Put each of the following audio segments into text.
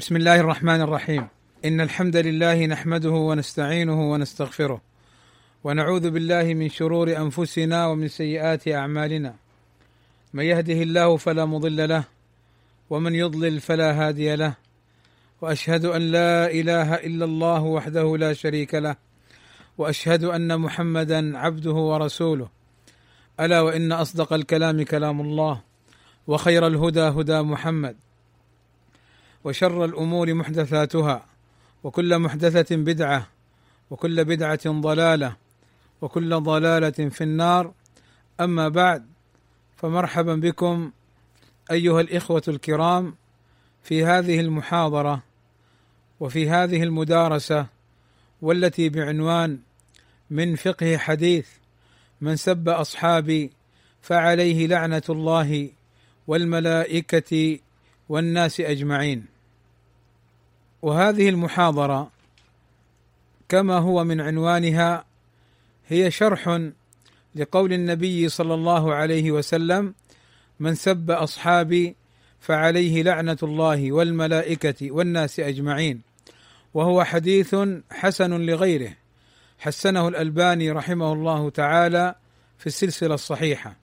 بسم الله الرحمن الرحيم. إن الحمد لله نحمده ونستعينه ونستغفره، ونعوذ بالله من شرور أنفسنا ومن سيئات أعمالنا. من يهده الله فلا مضل له، ومن يضلل فلا هادي له، وأشهد أن لا إله إلا الله وحده لا شريك له، وأشهد أن محمدا عبده ورسوله. ألا وإن أصدق الكلام كلام الله، وخير الهدى هدى محمد، وشر الأمور محدثاتها، وكل محدثة بدعة، وكل بدعة ضلالة، وكل ضلالة في النار. أما بعد، فمرحبا بكم أيها الإخوة الكرام في هذه المحاضرة وفي هذه المدارسة، والتي بعنوان من فقه حديث من سب أصحابي فعليه لعنة الله والملائكة والناس أجمعين. وهذه المحاضرة كما هو من عنوانها هي شرح لقول النبي صلى الله عليه وسلم: من سب أصحابي فعليه لعنة الله والملائكة والناس أجمعين، وهو حديث حسن لغيره، حسنه الألباني رحمه الله تعالى في السلسلة الصحيحة.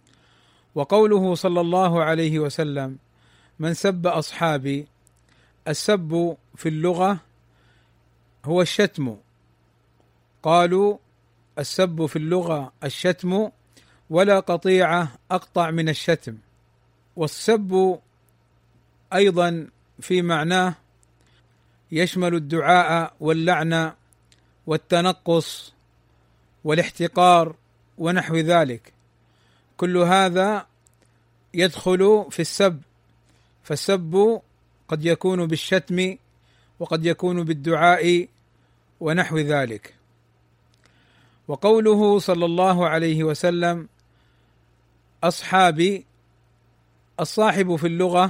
وقوله صلى الله عليه وسلم: من سب أصحابي، السب في اللغة هو الشتم. قالوا السب في اللغة الشتم، ولا قطيعة أقطع من الشتم. والسب أيضا في معناه يشمل الدعاء واللعنة والتنقص والاحتقار ونحو ذلك، كل هذا يدخل في السب. فالسب قد يكون بالشتم، وقد يكون بالدعاء ونحو ذلك. وقوله صلى الله عليه وسلم: أصحابي، الصاحب في اللغة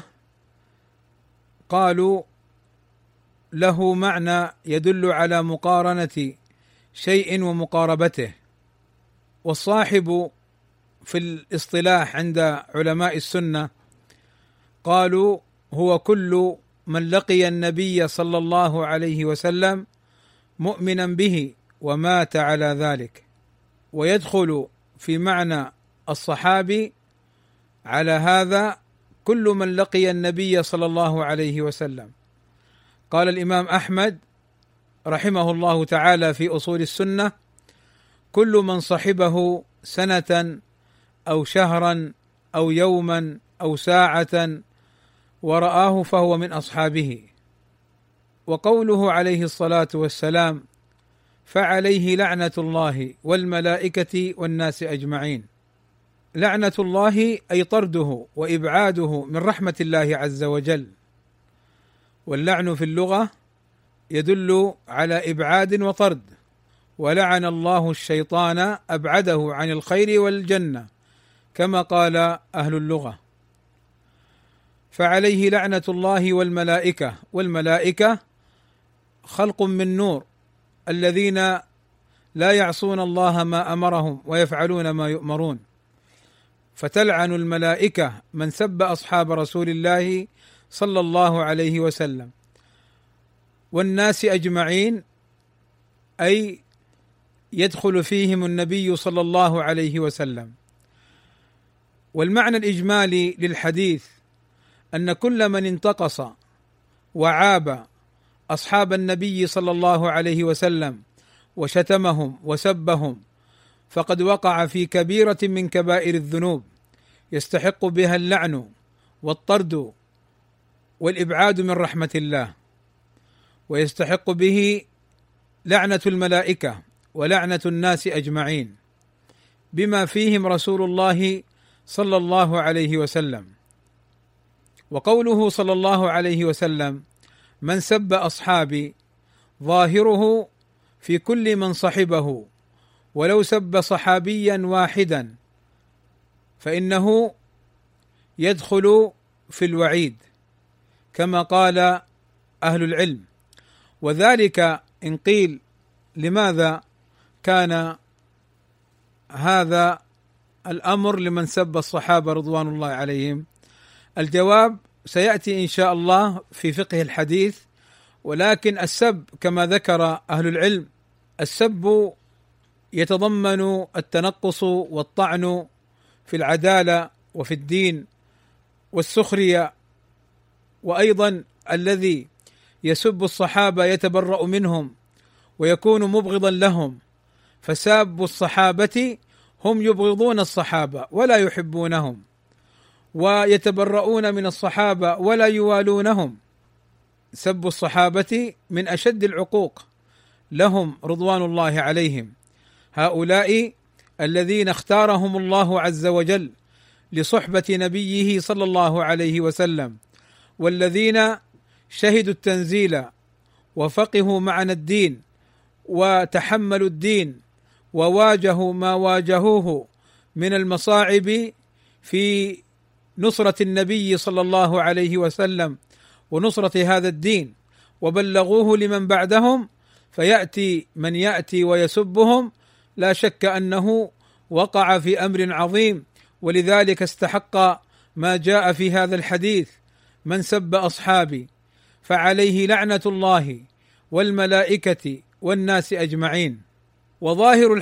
قالوا له معنى يدل على مقارنة شيء ومقاربته. والصاحب في الاصطلاح عند علماء السنة قالوا هو كل من لقي النبي صلى الله عليه وسلم مؤمنا به ومات على ذلك. ويدخل في معنى الصحابي على هذا كل من لقي النبي صلى الله عليه وسلم. قال الإمام أحمد رحمه الله تعالى في أصول السنة: كل من صحبه سنة أو شهرا أو يوما أو ساعة ورآه فهو من أصحابه. وقوله عليه الصلاة والسلام: فعليه لعنة الله والملائكة والناس أجمعين. لعنة الله أي طرده وإبعاده من رحمة الله عز وجل. واللعن في اللغة يدل على إبعاد وطرد، ولعن الله الشيطان أبعده عن الخير والجنة، كما قال أهل اللغة. فعليه لعنة الله والملائكة، والملائكة خلق من نور الذين لا يعصون الله ما أمرهم ويفعلون ما يؤمرون. فتلعن الملائكة من سب أصحاب رسول الله صلى الله عليه وسلم. والناس أجمعين أي يدخل فيهم النبي صلى الله عليه وسلم. والمعنى الإجمالي للحديث أن كل من انتقص وعاب أصحاب النبي صلى الله عليه وسلم وشتمهم وسبهم فقد وقع في كبيرة من كبائر الذنوب يستحق بها اللعن والطرد والإبعاد من رحمة الله، ويستحق به لعنة الملائكة ولعنة الناس أجمعين، بما فيهم رسول الله صلى الله عليه وسلم. وقوله صلى الله عليه وسلم: من سب أصحابي، ظاهره في كل من صحبه، ولو سب صحابيا واحدا فإنه يدخل في الوعيد، كما قال أهل العلم. وذلك إن قيل لماذا كان هذا الأمر لمن سب الصحابة رضوان الله عليهم؟ الجواب سيأتي إن شاء الله في فقه الحديث. ولكن السب كما ذكر أهل العلم، السب يتضمن التنقص والطعن في العدالة وفي الدين والسخرية، وأيضا الذي يسب الصحابة يتبرأ منهم ويكون مبغضا لهم، فساب الصحابة هم يبغضون الصحابة ولا يحبونهم، ويتبرؤون من الصحابة ولا يوالونهم. سب الصحابة من أشد العقوق لهم رضوان الله عليهم، هؤلاء الذين اختارهم الله عز وجل لصحبة نبيه صلى الله عليه وسلم، والذين شهدوا التنزيل وفقهوا معنى الدين وتحملوا الدين وواجهوا ما واجهوه من المصاعب في نصرة النبي صلى الله عليه وسلم ونصرة هذا الدين، وبلغوه لمن بعدهم. فيأتي من يأتي ويسبهم، لا شك أنه وقع في أمر عظيم، ولذلك استحق ما جاء في هذا الحديث: من سب أصحابي فعليه لعنة الله والملائكة والناس أجمعين. وظاهر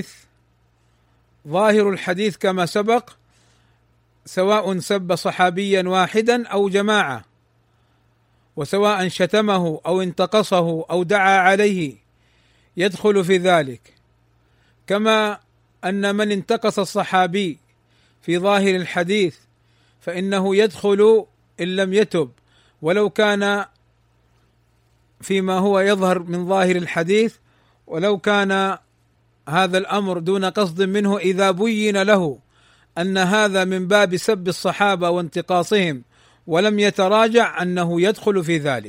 الحديث كما سبق، سواء سب صحابيا واحدا أو جماعة، وسواء شتمه أو انتقصه أو دعا عليه يدخل في ذلك، كما أن من انتقص الصحابي في ظاهر الحديث فإنه يدخل إن لم يتب، ولو كان فيما هو يظهر من ظاهر الحديث، ولو كان هذا الأمر دون قصد منه، إذا بين له أن هذا من باب سب الصحابة وانتقاصهم ولم يتراجع، أنه يدخل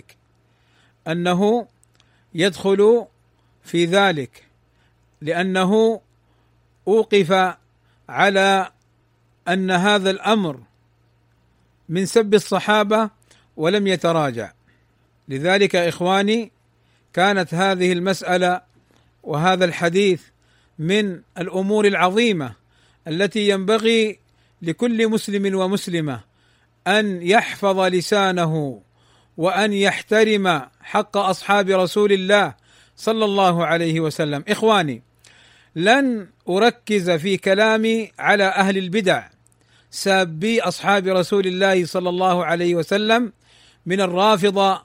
في ذلك، لأنه أوقف على أن هذا الأمر من سب الصحابة ولم يتراجع. لذلك إخواني، كانت هذه المسألة وهذا الحديث من الأمور العظيمة التي ينبغي لكل مسلم ومسلمة أن يحفظ لسانه وأن يحترم حق أصحاب رسول الله صلى الله عليه وسلم. إخواني، لن أركز في كلامي على أهل البدع سابي أصحاب رسول الله صلى الله عليه وسلم من الرافضة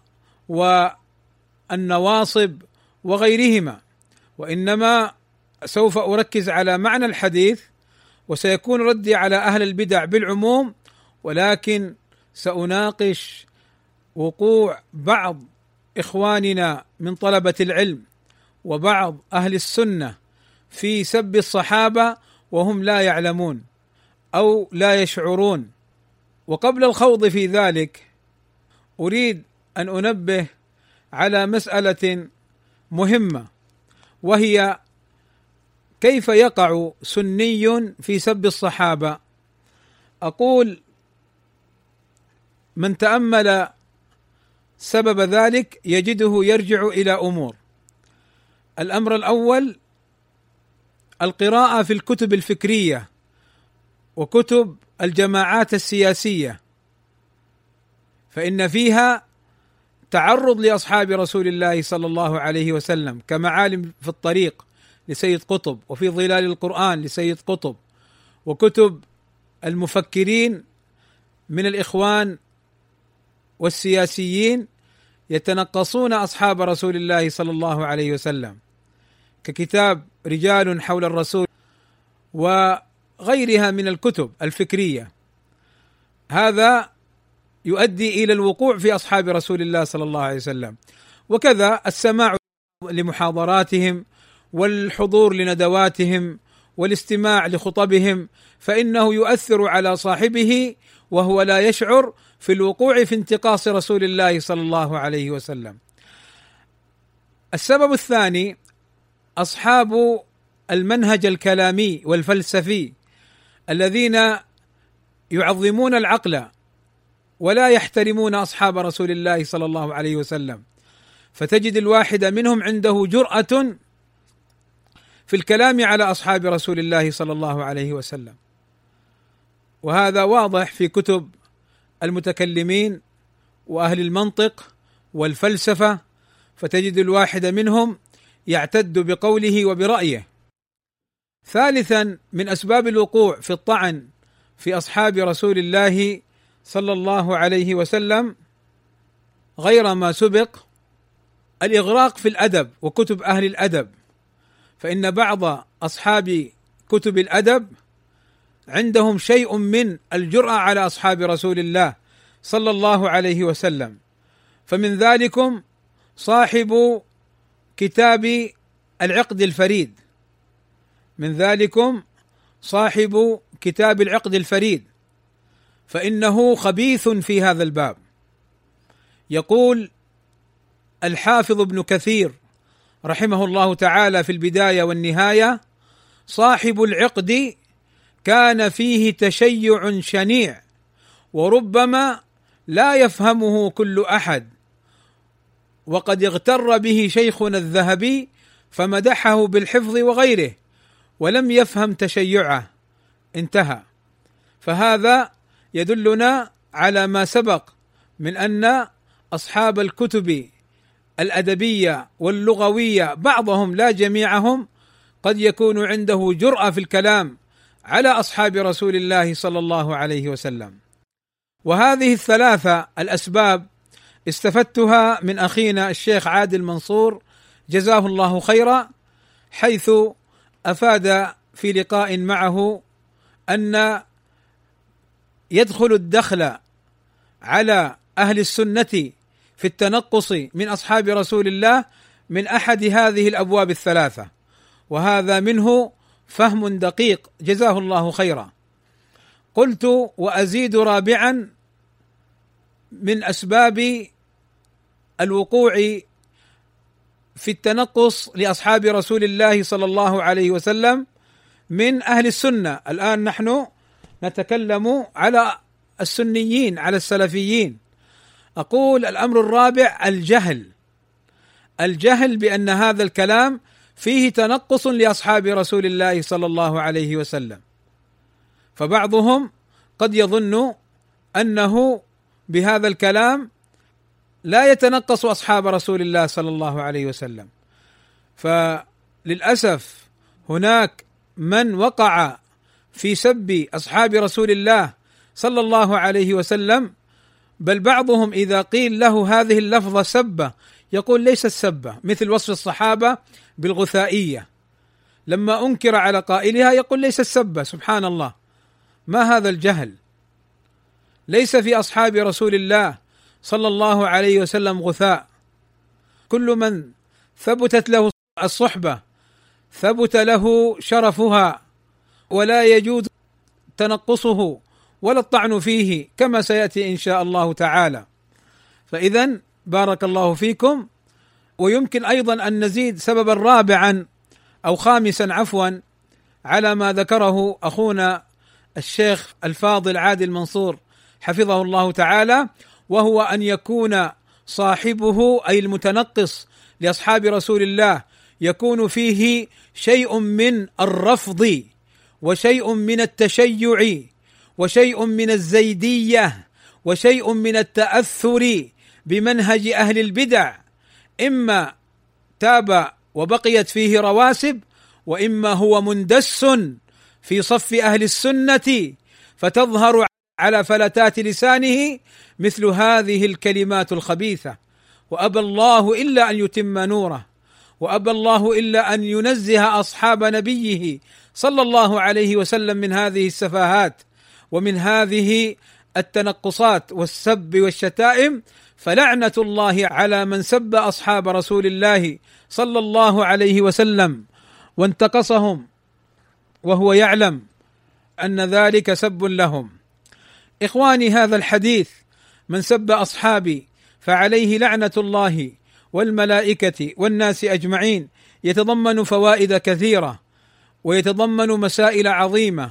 والنواصب وغيرهما، وإنما سوف أركز على معنى الحديث، وسيكون ردي على أهل البدع بالعموم، ولكن سأناقش وقوع بعض إخواننا من طلبة العلم وبعض أهل السنة في سب الصحابة وهم لا يعلمون أو لا يشعرون. وقبل الخوض في ذلك أريد أن أنبه على مسألة مهمة، وهي كيف يقع سني في سب الصحابة. أقول: من تأمل سبب ذلك يجده يرجع إلى أمور. الأمر الأول: القراءة في الكتب الفكرية وكتب الجماعات السياسية، فإن فيها تعرض لأصحاب رسول الله صلى الله عليه وسلم، كمعالم في الطريق لسيد قطب، وفي ظلال القرآن لسيد قطب، وكتب المفكرين من الإخوان والسياسيين يتنقصون أصحاب رسول الله صلى الله عليه وسلم، ككتاب رجال حول الرسول وغيرها من الكتب الفكرية. هذا يؤدي إلى الوقوع في أصحاب رسول الله صلى الله عليه وسلم. وكذا السماع لمحاضراتهم والحضور لندواتهم والاستماع لخطبهم، فإنه يؤثر على صاحبه وهو لا يشعر في الوقوع في انتقاص رسول الله صلى الله عليه وسلم. السبب الثاني: أصحاب المنهج الكلامي والفلسفي الذين يعظمون العقل ولا يحترمون أصحاب رسول الله صلى الله عليه وسلم، فتجد الواحد منهم عنده جرأة في الكلام على أصحاب رسول الله صلى الله عليه وسلم، وهذا واضح في كتب المتكلمين واهل المنطق والفلسفه، فتجد الواحد منهم يعتد بقوله وبرايه. ثالثا من اسباب الوقوع في الطعن في اصحاب رسول الله صلى الله عليه وسلم غير ما سبق الاغراق في الادب وكتب اهل الادب، فان بعض اصحاب كتب الادب عندهم شيء من الجرأة على اصحاب رسول الله صلى الله عليه وسلم، فمن ذلكم صاحب كتاب العقد الفريد، فإنه خبيث في هذا الباب. يقول الحافظ ابن كثير رحمه الله تعالى في البداية والنهاية: صاحب العقد كان فيه تشيع شنيع، وربما لا يفهمه كل أحد، وقد اغتر به شيخنا الذهبي فمدحه بالحفظ وغيره ولم يفهم تشيعه. انتهى. فهذا يدلنا على ما سبق من أن أصحاب الكتب الأدبية واللغوية بعضهم لا جميعهم قد يكون عنده جرأة في الكلام على أصحاب رسول الله صلى الله عليه وسلم. وهذه الثلاثة الأسباب استفدتها من أخينا الشيخ عادل منصور جزاه الله خيرا، حيث أفاد في لقاء معه أن يدخل الدخل على أهل السنة في التنقص من أصحاب رسول الله من أحد هذه الأبواب الثلاثة، وهذا منه فهم دقيق جزاه الله خيرا. قلت وأزيد رابعا من أسباب الوقوع في التنقص لأصحاب رسول الله صلى الله عليه وسلم من أهل السنة. الآن نحن نتكلم على السنيين، على السلفيين. أقول الأمر الرابع الجهل بأن هذا الكلام فيه تنقص لأصحاب رسول الله صلى الله عليه وسلم، فبعضهم قد يظن أنه بهذا الكلام لا يتنقص أصحاب رسول الله صلى الله عليه وسلم. فللأسف هناك من وقع في سب أصحاب رسول الله صلى الله عليه وسلم، بل بعضهم إذا قيل له هذه اللفظة سبة يقول ليست سبة، مثل وصف الصحابة بالغثائية، لما أنكر على قائلها يقول ليست سبة. سبحان الله، ما هذا الجهل؟ ليس في أصحاب رسول الله صلى الله عليه وسلم غثاء، كل من ثبتت له الصحبة ثبت له شرفها، ولا يجوز تنقصه ولا الطعن فيه كما سيأتي إن شاء الله تعالى. فإذا بارك الله فيكم. ويمكن أيضا أن نزيد سببا رابعا أو خامسا عفوا على ما ذكره أخونا الشيخ الفاضل عادل منصور حفظه الله تعالى، وهو أن يكون صاحبه أي المتنقص لأصحاب رسول الله يكون فيه شيء من الرفض وشيء من التشيع وشيء من الزيدية وشيء من التأثر بمنهج أهل البدع، إما تاب وبقيت فيه رواسب، وإما هو مندس في صف أهل السنة فتظهر على فلتات لسانه مثل هذه الكلمات الخبيثة: وأبى الله إلا أن يتم نوره، وأبى الله إلا أن ينزه أصحاب نبيه صلى الله عليه وسلم من هذه السفاهات ومن هذه التنقصات والسب والشتائم. فلعنة الله على من سب أصحاب رسول الله صلى الله عليه وسلم وانتقصهم وهو يعلم أن ذلك سب لهم. إخواني، هذا الحديث من سب أصحابي فعليه لعنة الله والملائكة والناس أجمعين يتضمن فوائد كثيرة ويتضمن مسائل عظيمة،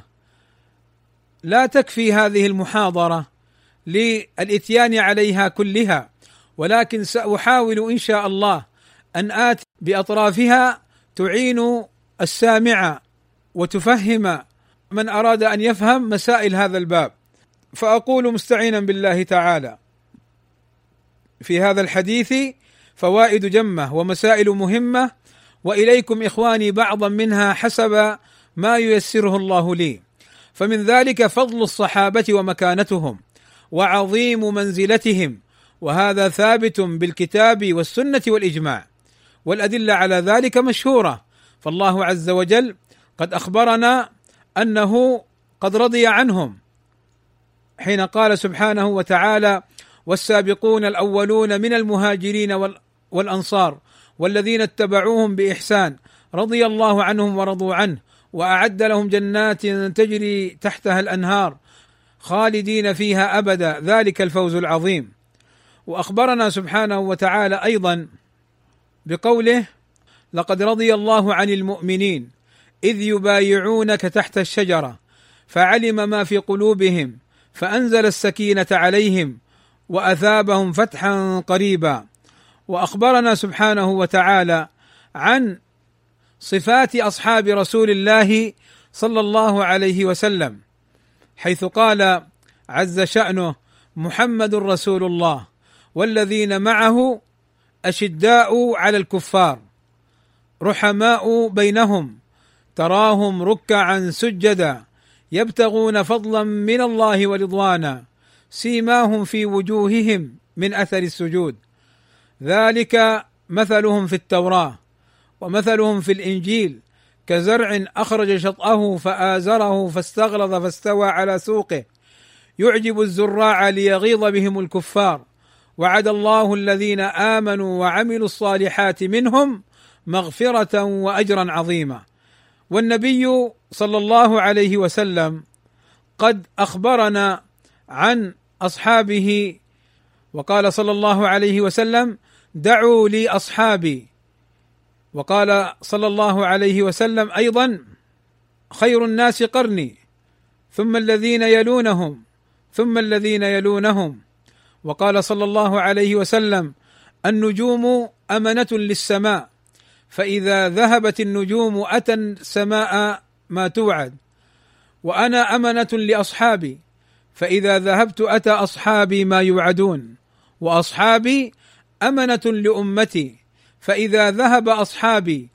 لا تكفي هذه المحاضرة للإتيان عليها كلها، ولكن سأحاول إن شاء الله أن آتي بأطرافها تعين السامع وتفهم من أراد أن يفهم مسائل هذا الباب. فأقول مستعينا بالله تعالى: في هذا الحديث فوائد جمة ومسائل مهمة، وإليكم إخواني بعضا منها حسب ما ييسره الله لي. فمن ذلك فضل الصحابة ومكانتهم وعظيم منزلتهم، وهذا ثابت بالكتاب والسنة والإجماع، والأدلة على ذلك مشهورة. فالله عز وجل قد أخبرنا أنه قد رضي عنهم حين قال سبحانه وتعالى: والسابقون الأولون من المهاجرين والأنصار والذين اتبعوهم بإحسان رضي الله عنهم ورضوا عنه وأعد لهم جنات تجري تحتها الأنهار خالدين فيها أبدا ذلك الفوز العظيم. وأخبرنا سبحانه وتعالى أيضا بقوله: لقد رضي الله عن المؤمنين إذ يبايعونك تحت الشجرة فعلم ما في قلوبهم فأنزل السكينة عليهم وأثابهم فتحا قريبا. وأخبرنا سبحانه وتعالى عن صفات أصحاب رسول الله صلى الله عليه وسلم، حيث قال عز شأنه: محمد رسول الله والذين معه أشداء على الكفار رحماء بينهم تراهم ركعا سجدا يبتغون فضلا من الله ورضوانا سيماهم في وجوههم من أثر السجود ذلك مثلهم في التوراة ومثلهم في الإنجيل كزرع أخرج شطأه فآزره فاستغلظ فاستوى على سوقه يعجب الزراع ليغيظ بهم الكفار وعد الله الذين آمنوا وعملوا الصالحات منهم مغفرة وأجرا عظيما. والنبي صلى الله عليه وسلم قد أخبرنا عن أصحابه وقال صلى الله عليه وسلم: دعوا لي أصحابي. وقال صلى الله عليه وسلم أيضا: خير الناس قرني ثم الذين يلونهم ثم الذين يلونهم. وقال صلى الله عليه وسلم: النجوم أمنة للسماء فإذا ذهبت النجوم أتى السماء ما توعد، وأنا أمنة لأصحابي فإذا ذهبت أتى أصحابي ما يوعدون، وأصحابي أمنة لأمتي فإذا ذهب أصحابي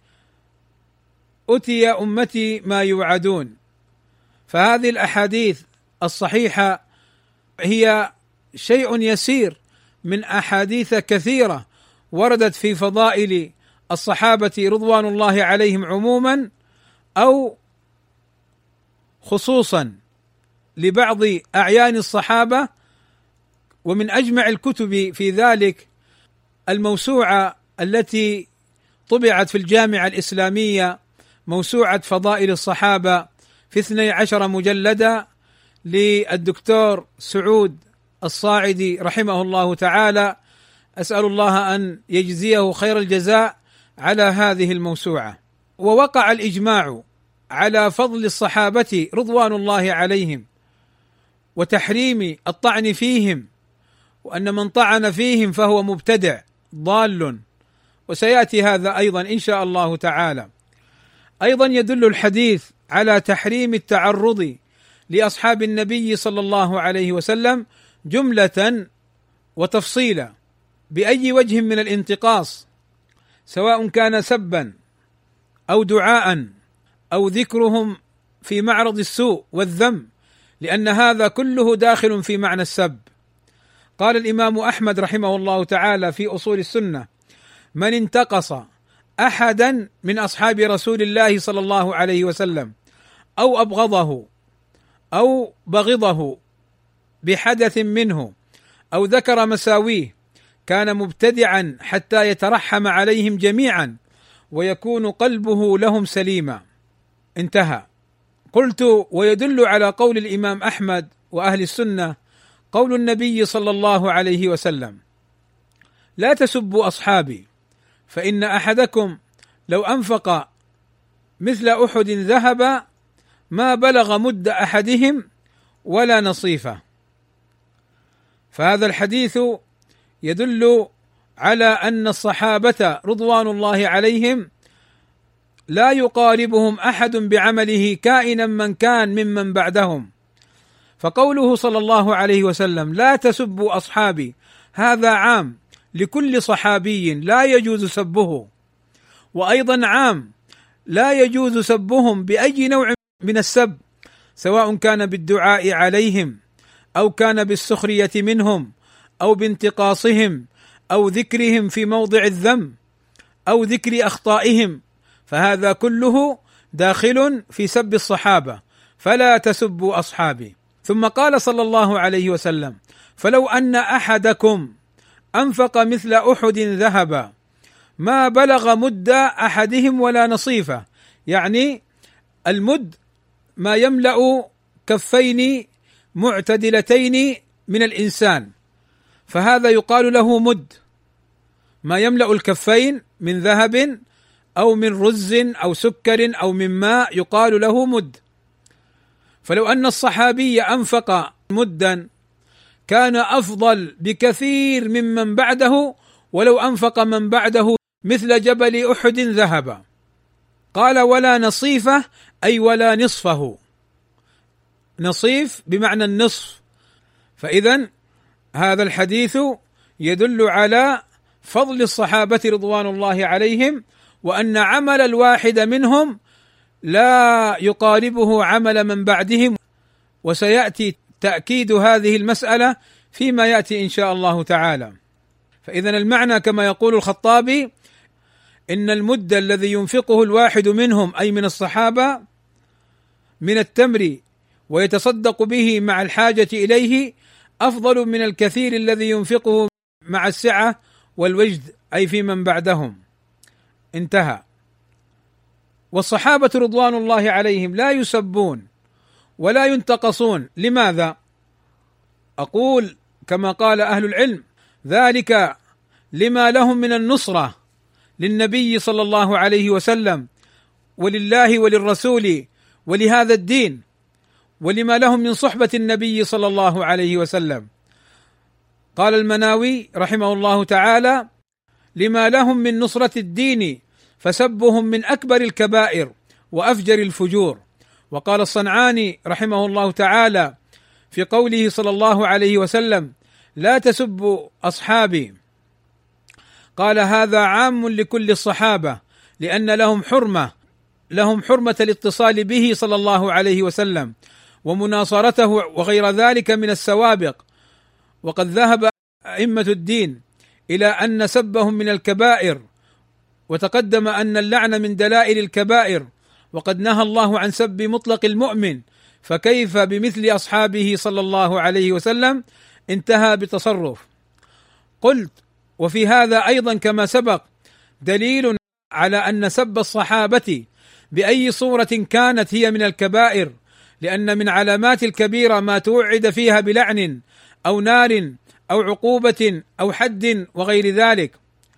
أتي أمتي ما يوعدون. فهذه الأحاديث الصحيحة هي شيء يسير من أحاديث كثيرة وردت في فضائل الصحابة رضوان الله عليهم عموما أو خصوصا لبعض أعيان الصحابة. ومن أجمع الكتب في ذلك الموسوعة التي طبعت في الجامعة الإسلامية، موسوعة فضائل الصحابة في 12 مجلدا للدكتور سعود الصاعدي رحمه الله تعالى، أسأل الله أن يجزيه خير الجزاء على هذه الموسوعة. ووقع الإجماع على فضل الصحابة رضوان الله عليهم وتحريم الطعن فيهم، وأن من طعن فيهم فهو مبتدع ضال، وسيأتي هذا أيضا إن شاء الله تعالى. أيضا يدل الحديث على تحريم التعرض لأصحاب النبي صلى الله عليه وسلم جملة وتفصيلا بأي وجه من الانتقاص، سواء كان سبا أو دعاء أو ذكرهم في معرض السوء والذم، لأن هذا كله داخل في معنى السب. قال الإمام أحمد رحمه الله تعالى في أصول السنة: من انتقص أحدا من أصحاب رسول الله صلى الله عليه وسلم أو أبغضه أو بغضه بحدث منه أو ذكر مساويه كان مبتدعا حتى يترحم عليهم جميعا ويكون قلبه لهم سليما. انتهى. قلت: ويدل على قول الإمام أحمد وأهل السنة قول النبي صلى الله عليه وسلم: لا تسبوا أصحابي فإن أحدكم لو أنفق مثل أحد ذهب ما بلغ مد أحدهم ولا نصيفه. فهذا الحديث يدل على أن الصحابة رضوان الله عليهم لا يقاربهم أحد بعمله كائنا من كان ممن بعدهم، فقوله صلى الله عليه وسلم لا تسبوا أصحابي هذا عام لكل صحابي لا يجوز سبه، وأيضا عام لا يجوز سبهم بأي نوع من السب، سواء كان بالدعاء عليهم أو كان بالسخرية منهم أو بانتقاصهم أو ذكرهم في موضع الذم أو ذكر أخطائهم، فهذا كله داخل في سب الصحابة، فلا تسبوا أصحابي. ثم قال صلى الله عليه وسلم فلو أن أحدكم أنفق مثل أحد ذهبا ما بلغ مد أحدهم ولا نصيفه، يعني المد ما يملأ كفين معتدلتين من الإنسان، فهذا يقال له مد، ما يملأ الكفين من ذهب أو من رز أو سكر أو من ماء يقال له مد. فلو أن الصحابي أنفق مدا كان أفضل بكثير ممن بعده ولو أنفق من بعده مثل جبل أحد ذهبا. قال ولا نصيفه أي ولا نصفه، نصيف بمعنى النصف. فإذا هذا الحديث يدل على فضل الصحابة رضوان الله عليهم، وأن عمل الواحد منهم لا يقاربه عمل من بعدهم، وسيأتي تأكيد هذه المسألة فيما يأتي إن شاء الله تعالى. فإذا المعنى كما يقول الخطابي إن المد الذي ينفقه الواحد منهم أي من الصحابة من التمر ويتصدق به مع الحاجة إليه أفضل من الكثير الذي ينفقه مع السعة والوجد أي في من بعدهم. انتهى. والصحابة رضوان الله عليهم لا يسبون ولا ينتقصون. لماذا؟ أقول كما قال أهل العلم ذلك لما لهم من النصرة للنبي صلى الله عليه وسلم ولله وللرسول ولهذا الدين، ولما لهم من صحبة النبي صلى الله عليه وسلم. قال المناوي رحمه الله تعالى لما لهم من نصرة الدين فسبهم من أكبر الكبائر وأفجر الفجور. وقال الصنعاني رحمه الله تعالى في قوله صلى الله عليه وسلم لا تسبوا أصحابي، قال هذا عام لكل الصحابة لأن لهم حرمة الاتصال به صلى الله عليه وسلم ومناصرته وغير ذلك من السوابق. وقد ذهب أئمة الدين إلى أن سبهم من الكبائر، وتقدم أن اللعن من دلائل الكبائر، وقد نهى الله عن سب مطلق المؤمن، فكيف بمثل أصحابه صلى الله عليه وسلم؟ انتهى بتصرف. قلت وفي هذا أيضا كما سبق دليل على أن سب الصحابة بأي صورة كانت هي من الكبائر، لأن من علامات الكبيرة ما توعد فيها بلعن أو نار أو عقوبة أو حد وغير ذلك.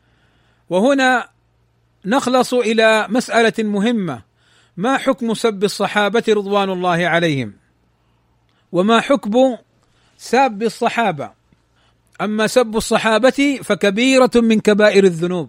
وهنا نخلص إلى مسألة مهمة: ما حكم سب الصحابة رضوان الله عليهم؟ وما حكم سب الصحابة؟ أما سب الصحابة فكبيرة من كبائر الذنوب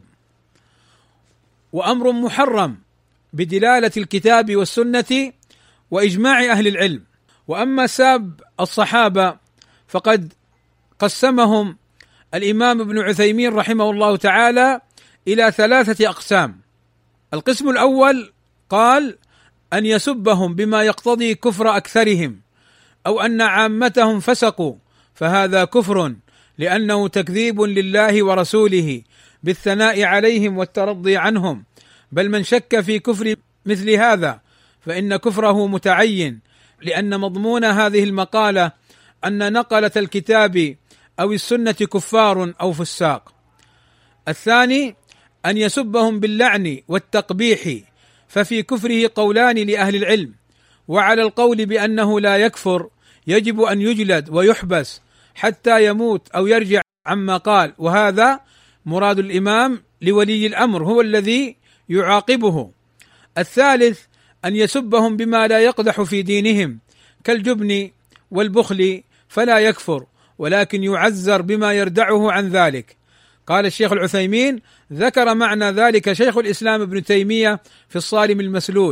وأمر محرم بدلالة الكتاب والسنة وإجماع أهل العلم. وأما سب الصحابة فقد قسمهم الإمام ابن عثيمين رحمه الله تعالى إلى 3 أقسام. القسم الأول قال أن يسبهم بما يقتضي كفر أكثرهم أو أن عامتهم فسقوا، فهذا كفر لأنه تكذيب لله ورسوله بالثناء عليهم والترضي عنهم، بل من شك في كفر مثل هذا فإن كفره متعين، لأن مضمون هذه المقالة أن نقلة الكتاب أو السنة كفار أو فساق. الثاني أن يسبهم باللعن والتقبيح، ففي كفره قولان لأهل العلم، وعلى القول بأنه لا يكفر يجب أن يجلد ويحبس حتى يموت أو يرجع عما قال، وهذا مراد الإمام لولي الأمر هو الذي يعاقبه. الثالث أن يسبهم بما لا يقدح في دينهم كالجبن والبخل، فلا يكفر ولكن يعزر بما يردعه عن ذلك. قال الشيخ العثيمين: ذكر معنى ذلك شيخ الإسلام ابن تيمية في الصارم المسلول،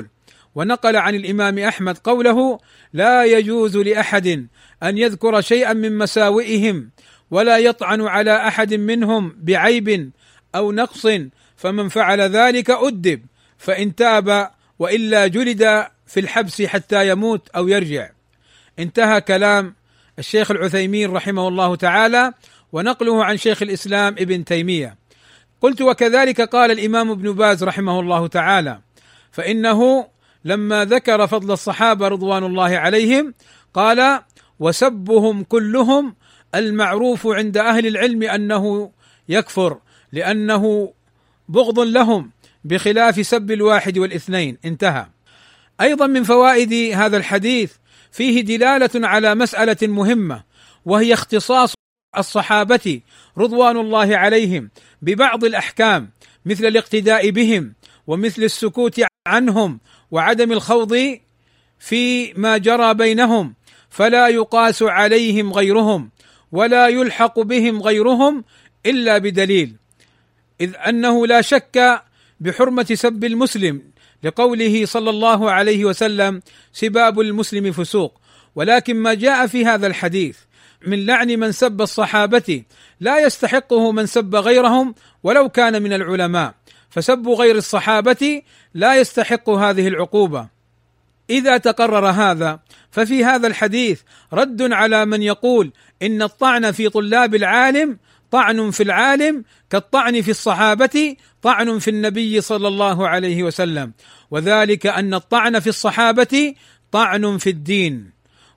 ونقل عن الإمام أحمد قوله: لا يجوز لأحد أن يذكر شيئا من مساوئهم ولا يطعن على أحد منهم بعيب أو نقص، فمن فعل ذلك أدب، فإن تاب وإلا جلد في الحبس حتى يموت أو يرجع. انتهى كلام الشيخ العثيمين رحمه الله تعالى، ونقله عن شيخ الإسلام ابن تيمية. قلت: وكذلك قال الإمام ابن باز رحمه الله تعالى، فإنه لما ذكر فضل الصحابة رضوان الله عليهم قال: وسبهم كلهم المعروف عند أهل العلم أنه يكفر لأنه بغض لهم، بخلاف سب الواحد والاثنين. انتهى. أيضا من فوائد هذا الحديث فيه دلالة على مسألة مهمة، وهي اختصاص الصحابة رضوان الله عليهم ببعض الأحكام، مثل الاقتداء بهم ومثل السكوت عنهم وعدم الخوض في ما جرى بينهم، فلا يقاس عليهم غيرهم ولا يلحق بهم غيرهم إلا بدليل، إذ أنه لا شك بحرمة سب المسلم لقوله صلى الله عليه وسلم: سباب المسلم فسوق. ولكن ما جاء في هذا الحديث من لعن من سب الصحابة لا يستحقه من سب غيرهم ولو كان من العلماء، فسب غير الصحابة لا يستحق هذه العقوبة. إذا تقرر هذا، ففي هذا الحديث رد على من يقول إن الطعن في طلاب العالم طعن في العالم كالطعن في الصحابة طعن في النبي صلى الله عليه وسلم، وذلك أن الطعن في الصحابة طعن في الدين،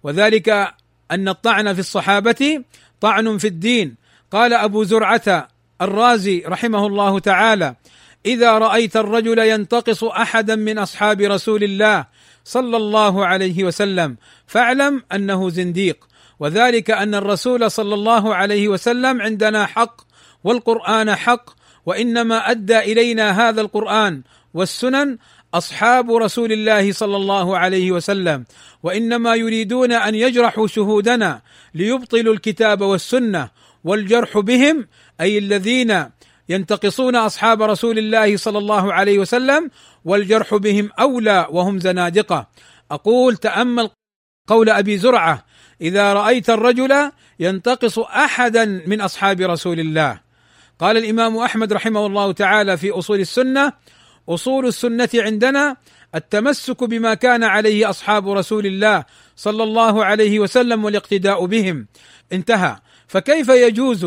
وذلك أن الطعن في الصحابة طعن في الدين. قال أبو زرعة الرازي رحمه الله تعالى: إذا رأيت الرجل ينتقص أحدا من أصحاب رسول الله صلى الله عليه وسلم فاعلم أنه زنديق، وذلك أن الرسول صلى الله عليه وسلم عندنا حق والقرآن حق، وإنما أدى إلينا هذا القرآن والسنن أصحاب رسول الله صلى الله عليه وسلم، وإنما يريدون أن يجرحوا شهودنا ليبطلوا الكتاب والسنة، والجرح بهم أي الذين ينتقصون أصحاب رسول الله صلى الله عليه وسلم، والجرح بهم أولى وهم زنادقة. أقول: تأمل قول أبي زرعة: إذا رأيت الرجل ينتقص أحدا من أصحاب رسول الله. قال الإمام أحمد رحمه الله تعالى في أصول السنة: أصول السنة عندنا التمسك بما كان عليه أصحاب رسول الله صلى الله عليه وسلم والاقتداء بهم. انتهى. فكيف يجوز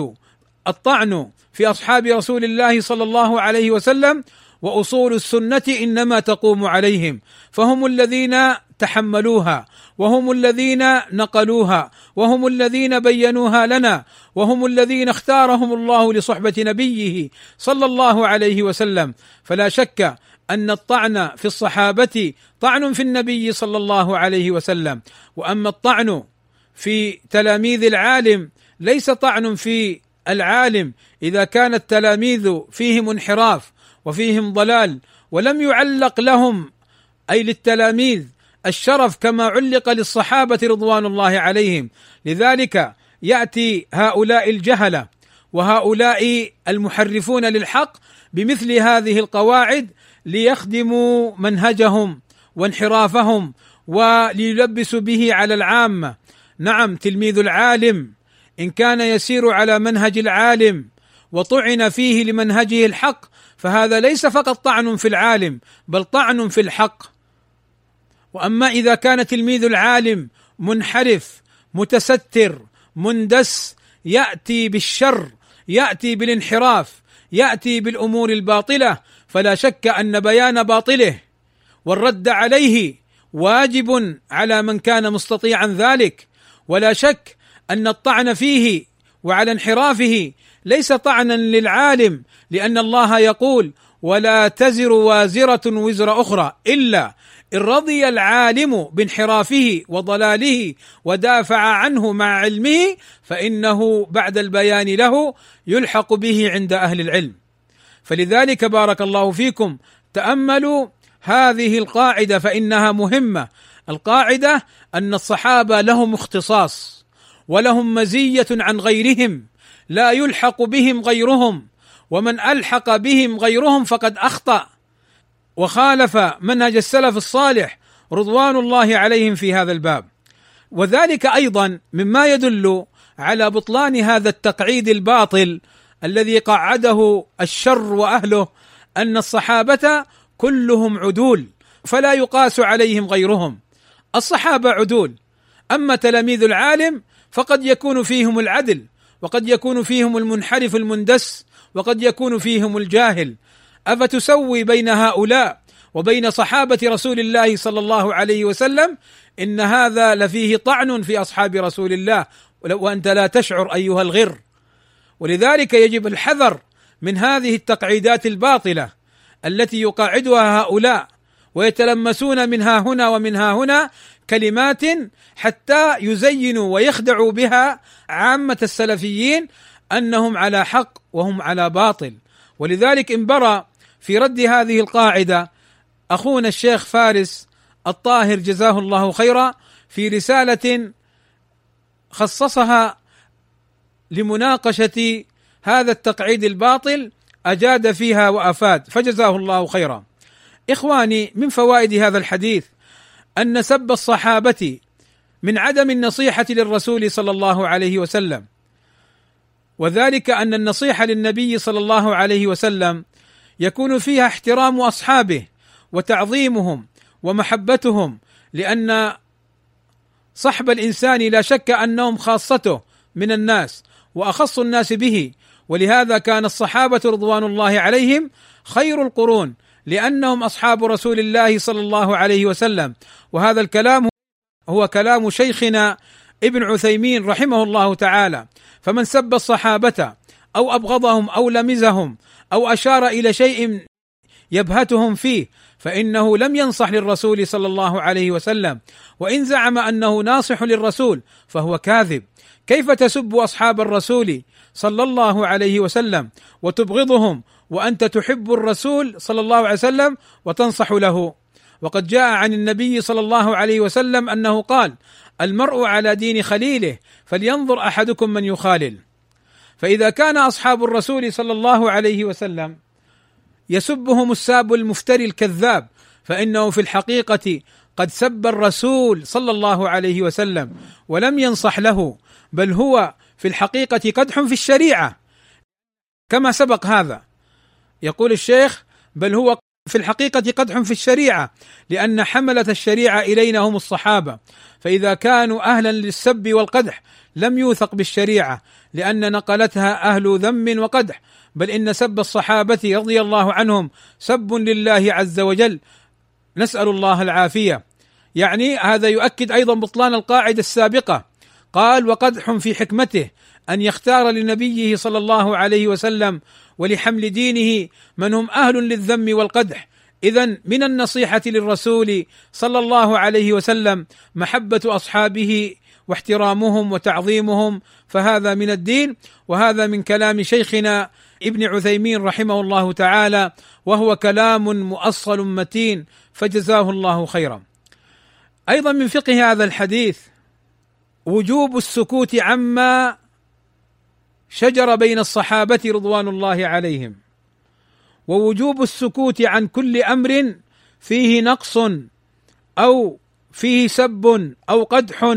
الطعن في أصحاب رسول الله صلى الله عليه وسلم وأصول السنة إنما تقوم عليهم، فهم الذين تحملوها، وهم الذين نقلوها، وهم الذين بينوها لنا، وهم الذين اختارهم الله لصحبة نبيه صلى الله عليه وسلم. فلا شك أن الطعن في الصحابة طعن في النبي صلى الله عليه وسلم، وأما الطعن في تلاميذ العالم ليس طعن في العالم إذا كان التلاميذ فيهم انحراف وفيهم ضلال، ولم يعلق لهم أي للتلاميذ الشرف كما علق للصحابة رضوان الله عليهم. لذلك يأتي هؤلاء الجهلة وهؤلاء المحرفون للحق بمثل هذه القواعد ليخدموا منهجهم وانحرافهم وليلبسوا به على العامة. نعم، تلميذ العالم إن كان يسير على منهج العالم وطعن فيه لمنهجه الحق فهذا ليس فقط طعن في العالم بل طعن في الحق. وأما إذا كان تلميذ العالم منحرف متستر مندس، يأتي بالشر، يأتي بالانحراف، يأتي بالأمور الباطلة، فلا شك أن بيان باطله والرد عليه واجب على من كان مستطيعا ذلك. ولا شك أن الطعن فيه وعلى انحرافه ليس طعنا للعالم، لأن الله يقول: ولا تزر وازرة وزر أخرى إلا إن رضي العالم بانحرافه وضلاله ودافع عنه مع علمه فإنه بعد البيان له يلحق به عند أهل العلم. فلذلك بارك الله فيكم تأملوا هذه القاعدة فإنها مهمة. القاعدة أن الصحابة لهم اختصاص ولهم مزية عن غيرهم، لا يلحق بهم غيرهم، ومن ألحق بهم غيرهم فقد أخطأ. وخالف منهج السلف الصالح رضوان الله عليهم في هذا الباب. وذلك ايضا مما يدل على بطلان هذا التقعيد الباطل الذي قعده الشر واهله، ان الصحابه كلهم عدول فلا يقاس عليهم غيرهم. الصحابه عدول، اما تلاميذ العالم فقد يكون فيهم العدل، وقد يكون فيهم المنحرف المندس، وقد يكون فيهم الجاهل. افتسوي بين هؤلاء وبين صحابه رسول الله صلى الله عليه وسلم؟ ان هذا لفيه طعن في اصحاب رسول الله وانت لا تشعر ايها الغر. ولذلك يجب الحذر من هذه التقعيدات الباطله التي يقاعدها هؤلاء ويتلمسون منها هنا ومنها هنا كلمات حتى يزينوا ويخدعوا بها عامه السلفيين انهم على حق وهم على باطل. ولذلك انبرى في رد هذه القاعده اخونا الشيخ فارس الطاهر جزاه الله خيرا في رساله خصصها لمناقشه هذا التقعيد الباطل، اجاد فيها وافاد فجزاه الله خيرا. اخواني، من فوائد هذا الحديث ان سب الصحابه من عدم النصيحه للرسول صلى الله عليه وسلم، وذلك ان النصيحه للنبي صلى الله عليه وسلم يكون فيها احترام اصحابه وتعظيمهم ومحبتهم، لان صحب الانسان لا شك انهم خاصته من الناس واخص الناس به، ولهذا كان الصحابه رضوان الله عليهم خير القرون لانهم اصحاب رسول الله صلى الله عليه وسلم. وهذا الكلام هو كلام شيخنا ابن عثيمين رحمه الله تعالى. فمن سب الصحابه او ابغضهم او لمزهم او اشار الى شيء يبهتهم فيه فانه لم ينصح للرسول صلى الله عليه وسلم، وان زعم انه ناصح للرسول فهو كاذب. كيف تسب اصحاب الرسول صلى الله عليه وسلم وتبغضهم وانت تحب الرسول صلى الله عليه وسلم وتنصح له؟ وقد جاء عن النبي صلى الله عليه وسلم انه قال: المرء على دين خليله فلينظر احدكم من يخالل. فاذا كان اصحاب الرسول صلى الله عليه وسلم يسبهم الساب المفتري الكذاب، فانه في الحقيقه قد سب الرسول صلى الله عليه وسلم ولم ينصح له، بل هو في الحقيقه قدح في الشريعه كما سبق. هذا يقول الشيخ: بل هو في الحقيقه قدح في الشريعه، لان حمله الشريعه الينا هم الصحابه، فاذا كانوا اهلا للسب والقدح لم يوثق بالشريعه لان نقلتها اهل ذم وقدح، بل ان سب الصحابه رضي الله عنهم سب لله عز وجل، نسال الله العافيه. يعني هذا يؤكد ايضا بطلان القاعده السابقه. قال: وقدح في حكمته ان يختار لنبيه صلى الله عليه وسلم ولحمل دينه من هم اهل للذم والقدح. اذن من النصيحه للرسول صلى الله عليه وسلم محبه اصحابه واحترامهم وتعظيمهم، فهذا من الدين. وهذا من كلام شيخنا ابن عثيمين رحمه الله تعالى، وهو كلام مؤصل متين فجزاه الله خيرا. ايضا من فقه هذا الحديث وجوب السكوت عما شجر بين الصحابه رضوان الله عليهم، ووجوب السكوت عن كل امر فيه نقص او فيه سب او قدح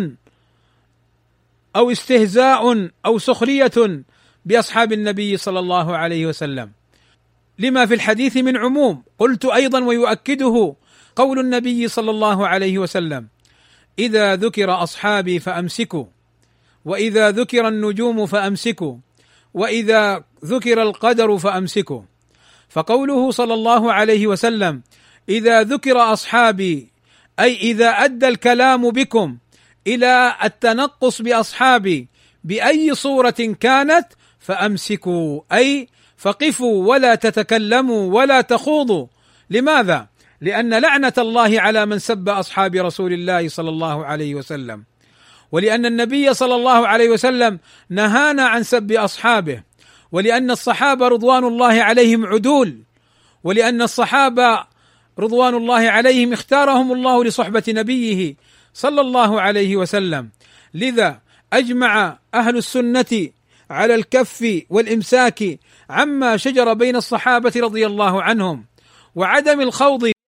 او استهزاء او سخريه باصحاب النبي صلى الله عليه وسلم، لما في الحديث من عموم. قلت ايضا ويؤكده قول النبي صلى الله عليه وسلم: اذا ذكر اصحابي فامسكوا، واذا ذكر النجوم فامسكوا، واذا ذكر القدر فامسكوا. فقوله صلى الله عليه وسلم: اذا ذكر اصحابي، اي اذا ادى الكلام بكم الى التنقص باصحابي باي صوره كانت فامسكوا، اي فقفوا ولا تتكلموا ولا تخوضوا. لماذا؟ لان لعنه الله على من سب اصحاب رسول الله صلى الله عليه وسلم، ولان النبي صلى الله عليه وسلم نهانا عن سب اصحابه، ولان الصحابه رضوان الله عليهم عدول، ولان الصحابه رضوان الله عليهم اختارهم الله لصحبه نبيه صلى الله عليه وسلم. لذا اجمع اهل السنه على الكف والامساك عما شجر بين الصحابه رضي الله عنهم، وعدم الخوض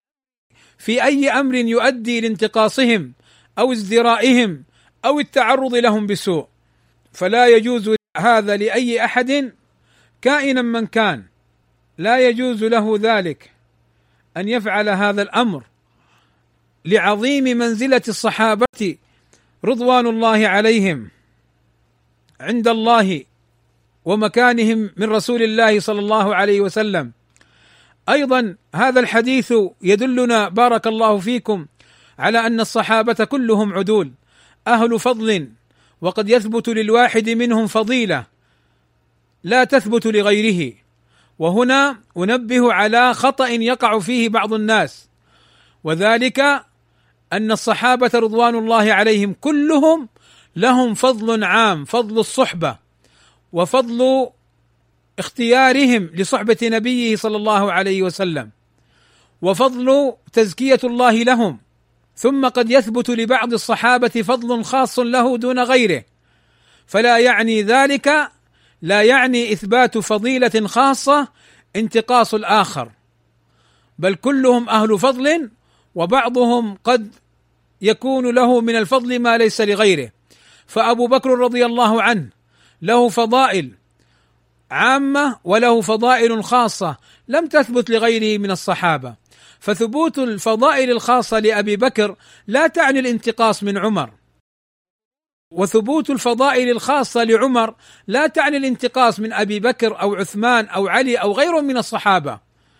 في أي أمر يؤدي لانتقاصهم أو ازدرائهم أو التعرض لهم بسوء، فلا يجوز هذا لأي أحد كائنا من كان، لا يجوز له ذلك أن يفعل هذا الأمر لعظيم منزلة الصحابة رضوان الله عليهم عند الله ومكانهم من رسول الله صلى الله عليه وسلم. أيضا هذا الحديث يدلنا بارك الله فيكم على أن الصحابة كلهم عدول أهل فضل، وقد يثبت للواحد منهم فضيلة لا تثبت لغيره. وهنا أنبه على خطأ يقع فيه بعض الناس، وذلك أن الصحابة رضوان الله عليهم كلهم لهم فضل عام، فضل الصحبة وفضل اختيارهم لصحبة نبيه صلى الله عليه وسلم، وفضل تزكية الله لهم. ثم قد يثبت لبعض الصحابة فضل خاص له دون غيره، فلا يعني ذلك، لا يعني إثبات فضيلة خاصة انتقاص الآخر، بل كلهم أهل فضل، وبعضهم قد يكون له من الفضل ما ليس لغيره. فأبو بكر رضي الله عنه له فضائل عامة وله فضائل خاصة لم تثبت لغيره من الصحابة، فثبوت الفضائل الخاصة لأبي بكر لا تعني الانتقاص من عمر، وثبوت الفضائل الخاصة لعمر لا تعني الانتقاص من أبي بكر أو عثمان أو علي أو غيرهم من الصحابة.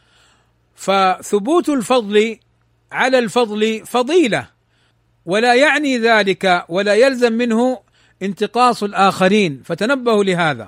فثبوت الفضل على الفضل فضيلة، ولا يعني ذلك ولا يلزم منه انتقاص الآخرين، فتنبهوا لهذا.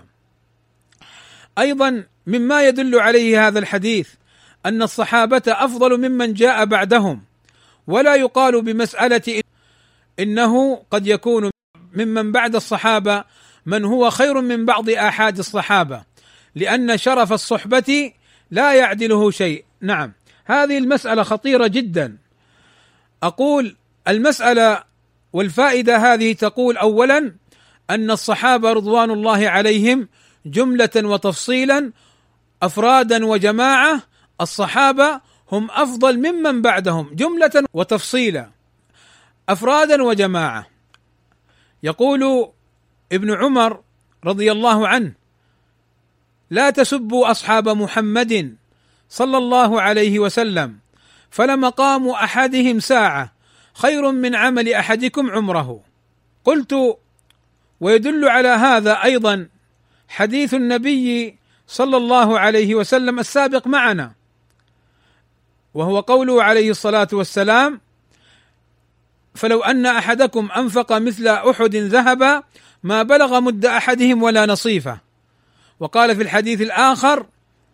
أيضا مما يدل عليه هذا الحديث أن الصحابة أفضل ممن جاء بعدهم، ولا يقال بمسألة إنه قد يكون ممن بعد الصحابة من هو خير من بعض آحاد الصحابة، لأن شرف الصحبة لا يعدله شيء. نعم، هذه المسألة خطيرة جدا. أقول المسألة والفائدة هذه تقول أولا أن الصحابة رضوان الله عليهم جملة وتفصيلا، أفرادا وجماعة، الصحابة هم أفضل ممن بعدهم جملة وتفصيلا، أفرادا وجماعة. يقول ابن عمر رضي الله عنه: لا تسبوا أصحاب محمد صلى الله عليه وسلم، فلمقام أحدهم ساعة خير من عمل أحدكم عمره. قلت: ويدل على هذا أيضا حديث النبي صلى الله عليه وسلم السابق معنا، وهو قوله عليه الصلاة والسلام: فلو أن أحدكم أنفق مثل أحد ذهبا ما بلغ مد أحدهم ولا نصيفه. وقال في الحديث الآخر: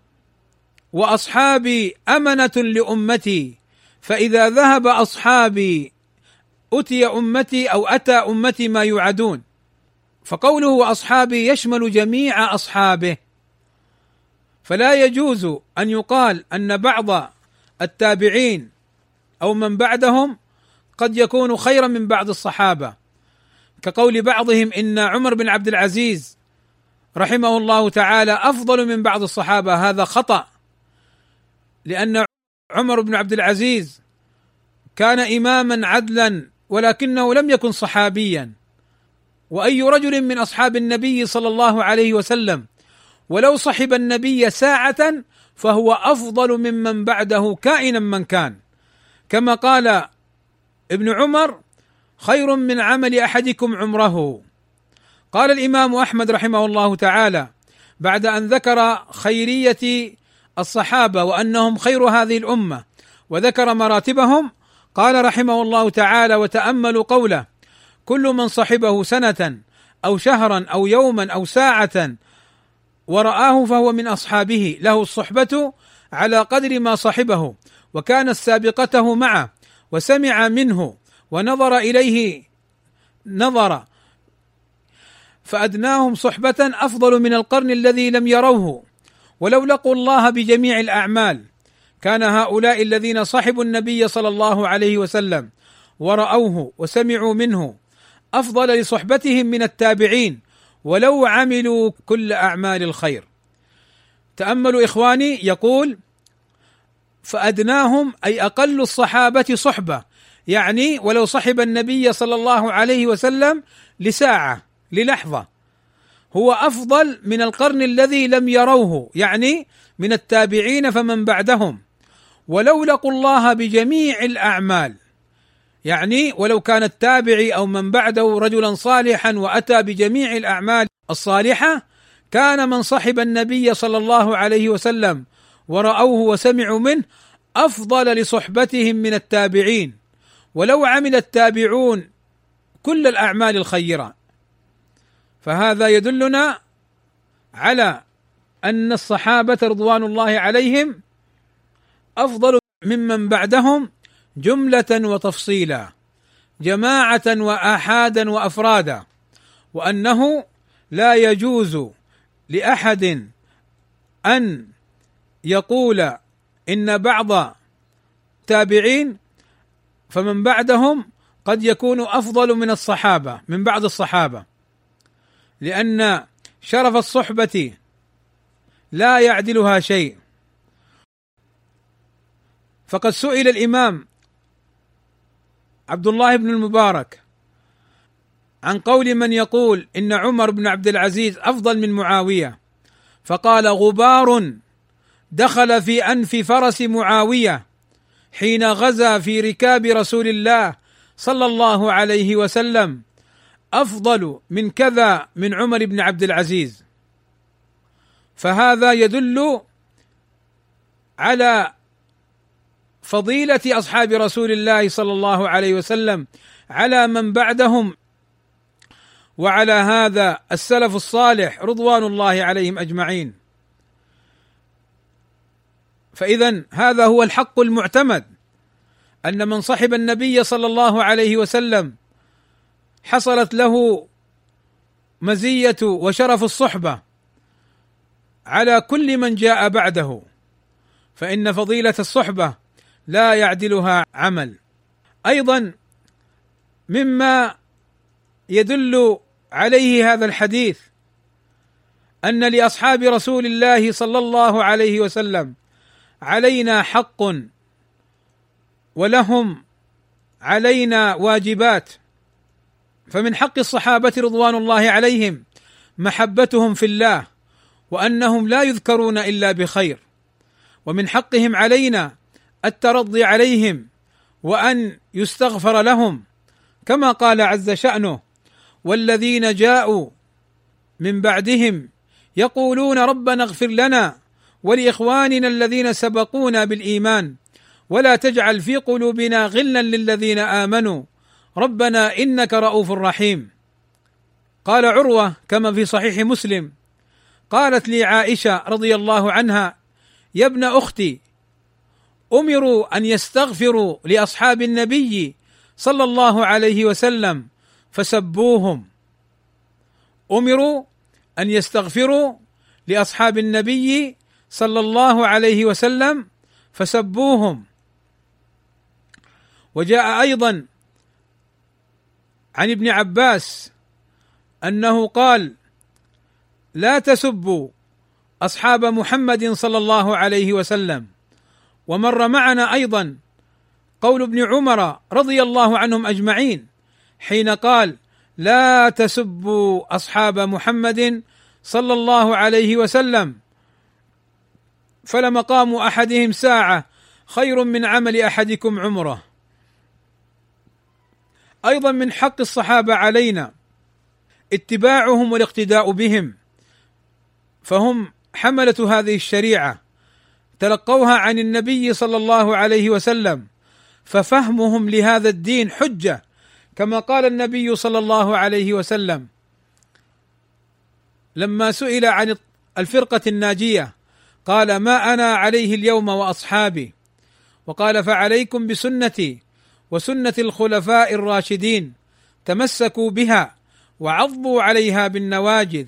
وأصحابي أمنة لأمتي، فإذا ذهب أصحابي أتي أمتي أو أتى أمتي ما يوعدون. فقوله وأصحابي يشمل جميع أصحابه، فلا يجوز أن يقال أن بعض التابعين أو من بعدهم قد يكون خيرا من بعض الصحابة، كقول بعضهم إن عمر بن عبد العزيز رحمه الله تعالى أفضل من بعض الصحابة. هذا خطأ، لأن عمر بن عبد العزيز كان إماما عدلا ولكنه لم يكن صحابيا، وأي رجل من أصحاب النبي صلى الله عليه وسلم ولو صحب النبي ساعة فهو أفضل ممن بعده كائنا من كان، كما قال ابن عمر: خير من عمل أحدكم عمره. قال الإمام أحمد رحمه الله تعالى بعد أن ذكر خيرية الصحابة وأنهم خير هذه الأمة وذكر مراتبهم، قال رحمه الله تعالى: وتأملوا قوله: كل من صحبه سنة أو شهرا أو يوما أو ساعة ورآه فهو من أصحابه، له الصحبة على قدر ما صحبه، وكانت سابقته معه وسمع منه ونظر إليه نظر، فأدناهم صحبة أفضل من القرن الذي لم يروه، ولو لقوا الله بجميع الأعمال. كان هؤلاء الذين صحبوا النبي صلى الله عليه وسلم ورأوه وسمعوا منه أفضل لصحبتهم من التابعين ولو عملوا كل أعمال الخير. تأملوا إخواني، يقول: فأدناهم أي أقل الصحابة صحبة، يعني ولو صحب النبي صلى الله عليه وسلم لساعة للحظة هو أفضل من القرن الذي لم يروه، يعني من التابعين فمن بعدهم، ولو لقوا الله بجميع الأعمال، يعني ولو كان التابعي أو من بعده رجلا صالحا وأتى بجميع الأعمال الصالحة كان من صحب النبي صلى الله عليه وسلم ورأوه وسمعوا منه أفضل لصحبتهم من التابعين، ولو عمل التابعون كل الأعمال الخيرة. فهذا يدلنا على أن الصحابة رضوان الله عليهم أفضل ممن بعدهم جملة وتفصيلا، جماعة وآحادا وأفرادا، وأنه لا يجوز لأحد أن يقول إن بعض التابعين فمن بعدهم قد يكون أفضل من الصحابة من بعض الصحابة، لأن شرف الصحبة لا يعدلها شيء. فقد سئل الإمام عبد الله بن المبارك عن قول من يقول إن عمر بن عبد العزيز أفضل من معاوية، فقال: غبار دخل في أنف فرس معاوية حين غزا في ركاب رسول الله صلى الله عليه وسلم أفضل من كذا من عمر بن عبد العزيز. فهذا يدل على فضيلة أصحاب رسول الله صلى الله عليه وسلم على من بعدهم، وعلى هذا السلف الصالح رضوان الله عليهم أجمعين. فإذا هذا هو الحق المعتمد، أن من صحب النبي صلى الله عليه وسلم حصلت له مزية وشرف الصحبة على كل من جاء بعده، فإن فضيلة الصحبة لا يعدلها عمل. أيضا مما يدل عليه هذا الحديث أن لأصحاب رسول الله صلى الله عليه وسلم علينا حق ولهم علينا واجبات. فمن حق الصحابة رضوان الله عليهم محبتهم في الله، وأنهم لا يذكرون إلا بخير، ومن حقهم علينا الترضي عليهم وأن يستغفر لهم، كما قال عز شأنه: والذين جاءوا من بعدهم يقولون ربنا اغفر لنا ولإخواننا الذين سبقونا بالإيمان ولا تجعل في قلوبنا غلا للذين آمنوا ربنا إنك رؤوف رحيم. قال عروة كما في صحيح مسلم: قالت لي عائشة رضي الله عنها: يا ابن أختي، أمروا أن يستغفروا لأصحاب النبي صلى الله عليه وسلم فسبوهم. أمروا أن يستغفروا لأصحاب النبي صلى الله عليه وسلم فسبوهم. وجاء أيضا عن ابن عباس أنه قال: لا تسبوا أصحاب محمد صلى الله عليه وسلم. ومر معنا أيضا قول ابن عمر رضي الله عنهم أجمعين حين قال: لا تسبوا أصحاب محمد صلى الله عليه وسلم فلمقام أحدهم ساعة خير من عمل أحدكم عمره. أيضا من حق الصحابة علينا اتباعهم والاقتداء بهم، فهم حملة هذه الشريعة، تلقوها عن النبي صلى الله عليه وسلم، ففهمهم لهذا الدين حجة، كما قال النبي صلى الله عليه وسلم لما سئل عن الفرقة الناجية قال: ما أنا عليه اليوم وأصحابي، وقال: فعليكم بسنتي وسنة الخلفاء الراشدين تمسكوا بها وعضوا عليها بالنواجذ.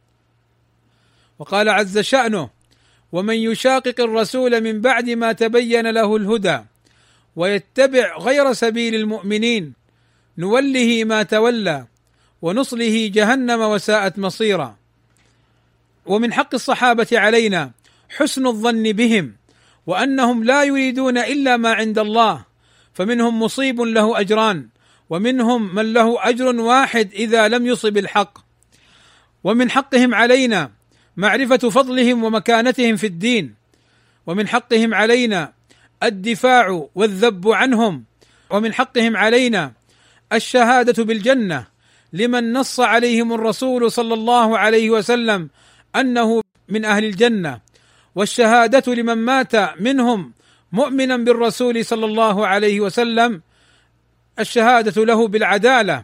وقال عز شأنه: ومن يشاقق الرسول من بعد ما تبين له الهدى ويتبع غير سبيل المؤمنين نوله ما تولى ونصله جهنم وساءت مصيرا. ومن حق الصحابة علينا حسن الظن بهم وأنهم لا يريدون إلا ما عند الله، فمنهم مصيب له أجران، ومنهم من له أجر واحد إذا لم يصب الحق. ومن حقهم علينا معرفة فضلهم ومكانتهم في الدين، ومن حقهم علينا الدفاع والذب عنهم، ومن حقهم علينا الشهادة بالجنة لمن نص عليهم الرسول صلى الله عليه وسلم أنه من أهل الجنة، والشهادة لمن مات منهم مؤمنا بالرسول صلى الله عليه وسلم الشهادة له بالعدالة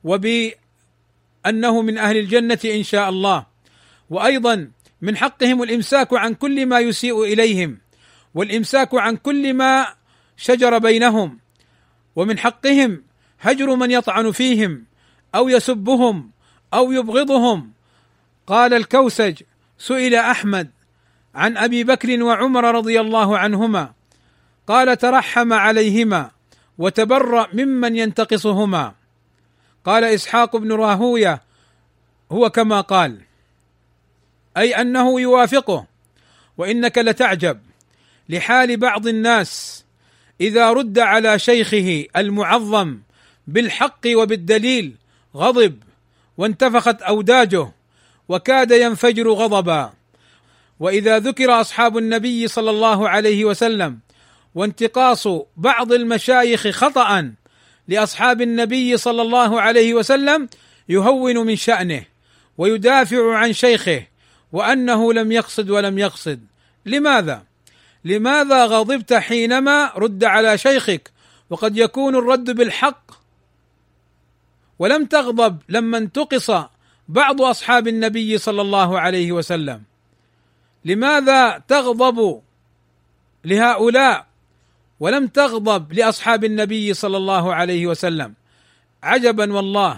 وبأنه من أهل الجنة إن شاء الله. وأيضا من حقهم الإمساك عن كل ما يسيء إليهم، والإمساك عن كل ما شجر بينهم، ومن حقهم هجر من يطعن فيهم أو يسبهم أو يبغضهم. قال الكوسج: سئل أحمد عن أبي بكر وعمر رضي الله عنهما، قال: ترحم عليهما وتبرأ ممن ينتقصهما. قال إسحاق بن راهويه: هو كما قال، أي أنه يوافقه. وإنك لتعجب لحال بعض الناس إذا رد على شيخه المعظم بالحق وبالدليل غضب وانتفخت أوداجه وكاد ينفجر غضبا، وإذا ذكر أصحاب النبي صلى الله عليه وسلم وانتقاص بعض المشايخ خطأ لأصحاب النبي صلى الله عليه وسلم يهون من شأنه ويدافع عن شيخه وأنه لم يقصد ولم يقصد. لماذا غضبت حينما رد على شيخك وقد يكون الرد بالحق، ولم تغضب لما انتقص بعض أصحاب النبي صلى الله عليه وسلم؟ لماذا تغضب لهؤلاء ولم تغضب لأصحاب النبي صلى الله عليه وسلم؟ عجبا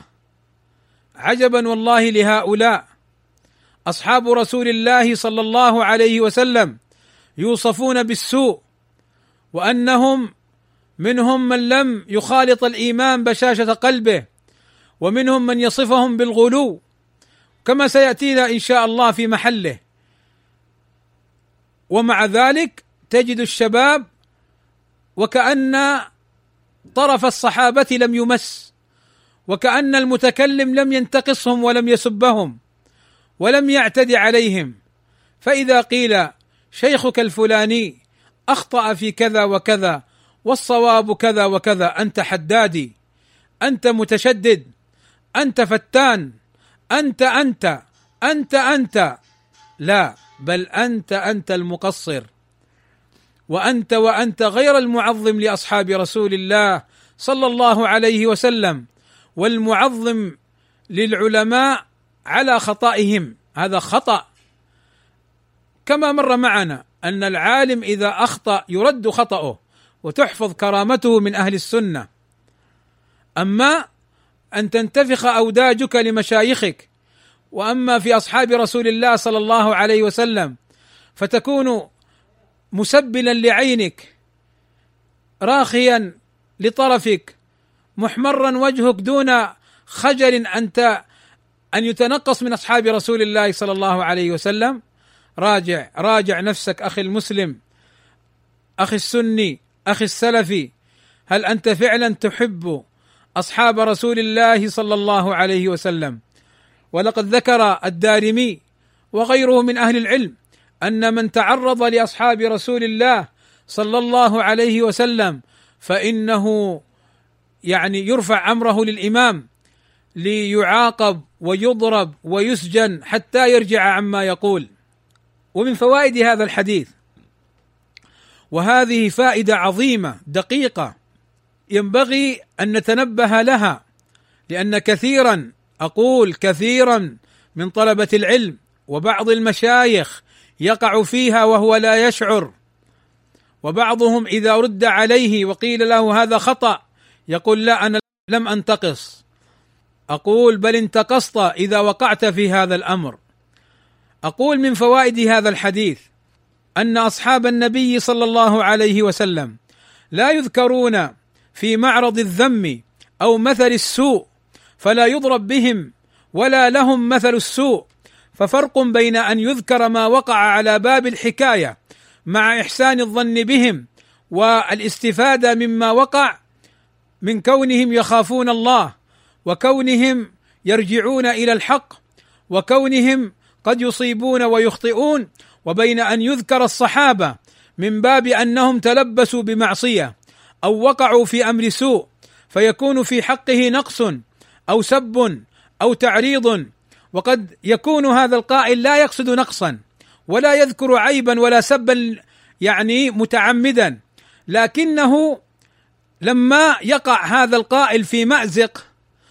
والله لهؤلاء. أصحاب رسول الله صلى الله عليه وسلم يوصفون بالسوء، وأنهم منهم من لم يخالط الإيمان بشاشة قلبه، ومنهم من يصفهم بالغلو كما سيأتينا إن شاء الله في محله. ومع ذلك تجد الشباب وكأن طرف الصحابة لم يمس، وكأن المتكلم لم ينتقصهم ولم يسبهم ولم يعتدي عليهم. فإذا قيل شيخك الفلاني أخطأ في كذا وكذا والصواب كذا وكذا، أنت حدادي، أنت متشدد، أنت فتان، أنت لا، بل أنت المقصر، وأنت غير المعظم لأصحاب رسول الله صلى الله عليه وسلم، والمعظم للعلماء على خطئهم. هذا خطأ، كما مر معنا أن العالم إذا أخطأ يرد خطأه وتحفظ كرامته من أهل السنة. أما أن تنتفخ أوداجك لمشايخك، وأما في أصحاب رسول الله صلى الله عليه وسلم فتكون مسبلا لعينك، راخيا لطرفك، محمرا وجهك دون خجل أن يتنقص من أصحاب رسول الله صلى الله عليه وسلم. راجع نفسك أخي المسلم، أخي السني، أخي السلفي، هل أنت فعلا تحب أصحاب رسول الله صلى الله عليه وسلم؟ ولقد ذكر الدارمي وغيره من أهل العلم أن من تعرض لأصحاب رسول الله صلى الله عليه وسلم فإنه يرفع أمره للإمام ليعاقب ويضرب ويسجن حتى يرجع عما يقول. ومن فوائد هذا الحديث، وهذه فائدة عظيمة دقيقة ينبغي أن نتنبه لها، لأن كثيرا من طلبة العلم وبعض المشايخ يقع فيها وهو لا يشعر، وبعضهم إذا رد عليه وقيل له هذا خطأ يقول: لا، أنا لم أنتقص. أقول: بل انتقصت إذا وقعت في هذا الأمر. أقول: من فوائد هذا الحديث أن أصحاب النبي صلى الله عليه وسلم لا يذكرون في معرض الذم أو مثل السوء، فلا يضرب بهم ولا لهم مثل السوء، ففرق بين أن يذكر ما وقع على باب الحكاية مع إحسان الظن بهم والاستفادة مما وقع من كونهم يخافون الله، وكونهم يرجعون إلى الحق، وكونهم قد يصيبون ويخطئون، وبين أن يذكر الصحابة من باب أنهم تلبسوا بمعصية أو وقعوا في أمر سوء فيكون في حقه نقص أو سب أو تعريض، وقد يكون هذا القائل لا يقصد نقصا ولا يذكر عيبا ولا سبا يعني متعمدا، لكنه لما يقع هذا القائل في مأزق،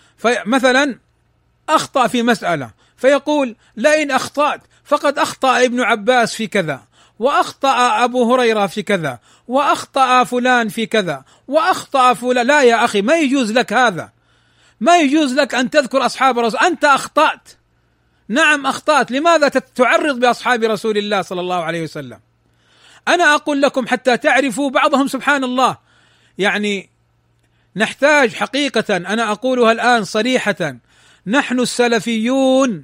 فمثلا أخطأ في مسألة فيقول لئن أخطأت فقد أخطأ ابن عباس في كذا، وأخطأ أبو هريرة في كذا، وأخطأ فلان في كذا، وأخطأ فلان. لا يا أخي، ما يجوز لك هذا، ما يجوز لك أن تذكر أصحاب الرسول. أنت أخطأت، نعم أخطأت، لماذا تعرض بأصحاب رسول الله صلى الله عليه وسلم؟ أنا أقول لكم حتى تعرفوا بعضهم سبحان الله، يعني نحتاج حقيقة، أنا أقولها الآن صريحة، نحن السلفيون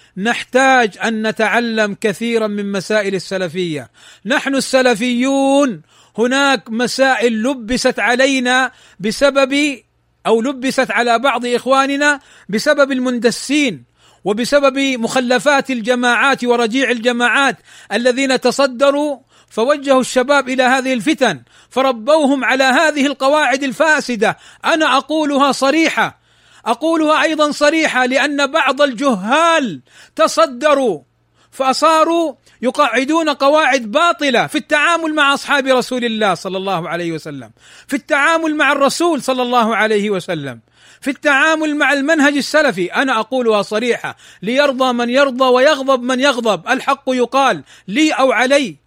نحتاج أن نتعلم كثيرا من مسائل السلفية. نحن السلفيون هناك مسائل لبست علينا بسبب أو لبست على بعض إخواننا بسبب المندسين وبسبب مخلفات الجماعات ورجيع الجماعات الذين تصدروا فوجهوا الشباب إلى هذه الفتن فربوهم على هذه القواعد الفاسدة. أنا أقولها صريحة، أقولها أيضا صريحة، لأن بعض الجهال تصدروا فصاروا يقعدون قواعد باطلة في التعامل مع أصحاب رسول الله صلى الله عليه وسلم، في التعامل مع الرسول صلى الله عليه وسلم، في التعامل مع المنهج السلفي. أنا أقولها صريحة، ليرضى من يرضى ويغضب من يغضب، الحق يقال لي أو علي.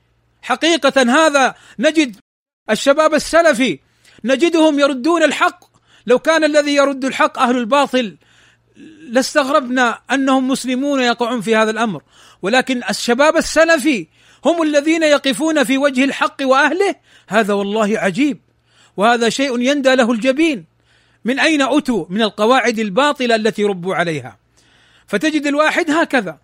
حقيقة هذا نجد الشباب السلفي نجدهم يردون الحق، لو كان الذي يرد الحق أهل الباطل لاستغربنا أنهم مسلمون يقعون في هذا الأمر، ولكن الشباب السلفي هم الذين يقفون في وجه الحق وأهله. هذا والله عجيب، وهذا شيء يندى له الجبين. من أين أتوا؟ من القواعد الباطلة التي ربوا عليها. فتجد الواحد هكذا.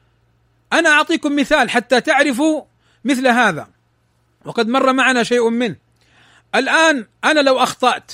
أنا أعطيكم مثال حتى تعرفوا مثل هذا، وقد مر معنا شيء منه. الآن أنا لو أخطأت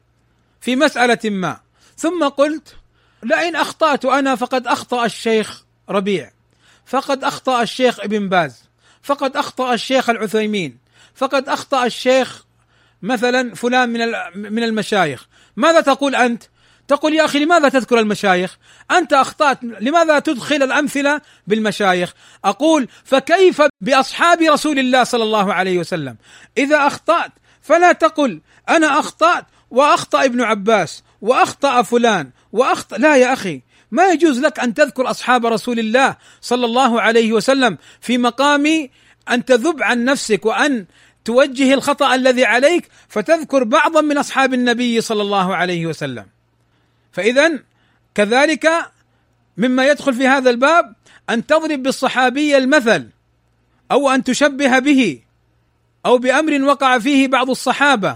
في مسألة ما ثم قلت لئن أخطأت أنا فقد أخطأ الشيخ ربيع، فقد أخطأ الشيخ ابن باز، فقد أخطأ الشيخ العثيمين، فقد أخطأ الشيخ مثلا فلان من المشايخ، ماذا تقول أنت؟ تقول يا أخي لماذا تذكر المشايخ؟ أنت أخطأت، لماذا تدخل الأمثلة بالمشايخ؟ أقول فكيف بأصحاب رسول الله صلى الله عليه وسلم؟ إذا أخطأت فلا تقل أنا أخطأت وأخطأ ابن عباس وأخطأ فلان وأخطأ، لا يا أخي، ما يجوز لك أن تذكر أصحاب رسول الله صلى الله عليه وسلم في مقام أن تذب عن نفسك وأن توجه الخطأ الذي عليك فتذكر بعضا من أصحاب النبي صلى الله عليه وسلم. فإذا كذلك مما يدخل في هذا الباب أن تضرب بالصحابي المثل أو أن تشبه به أو بأمر وقع فيه بعض الصحابة،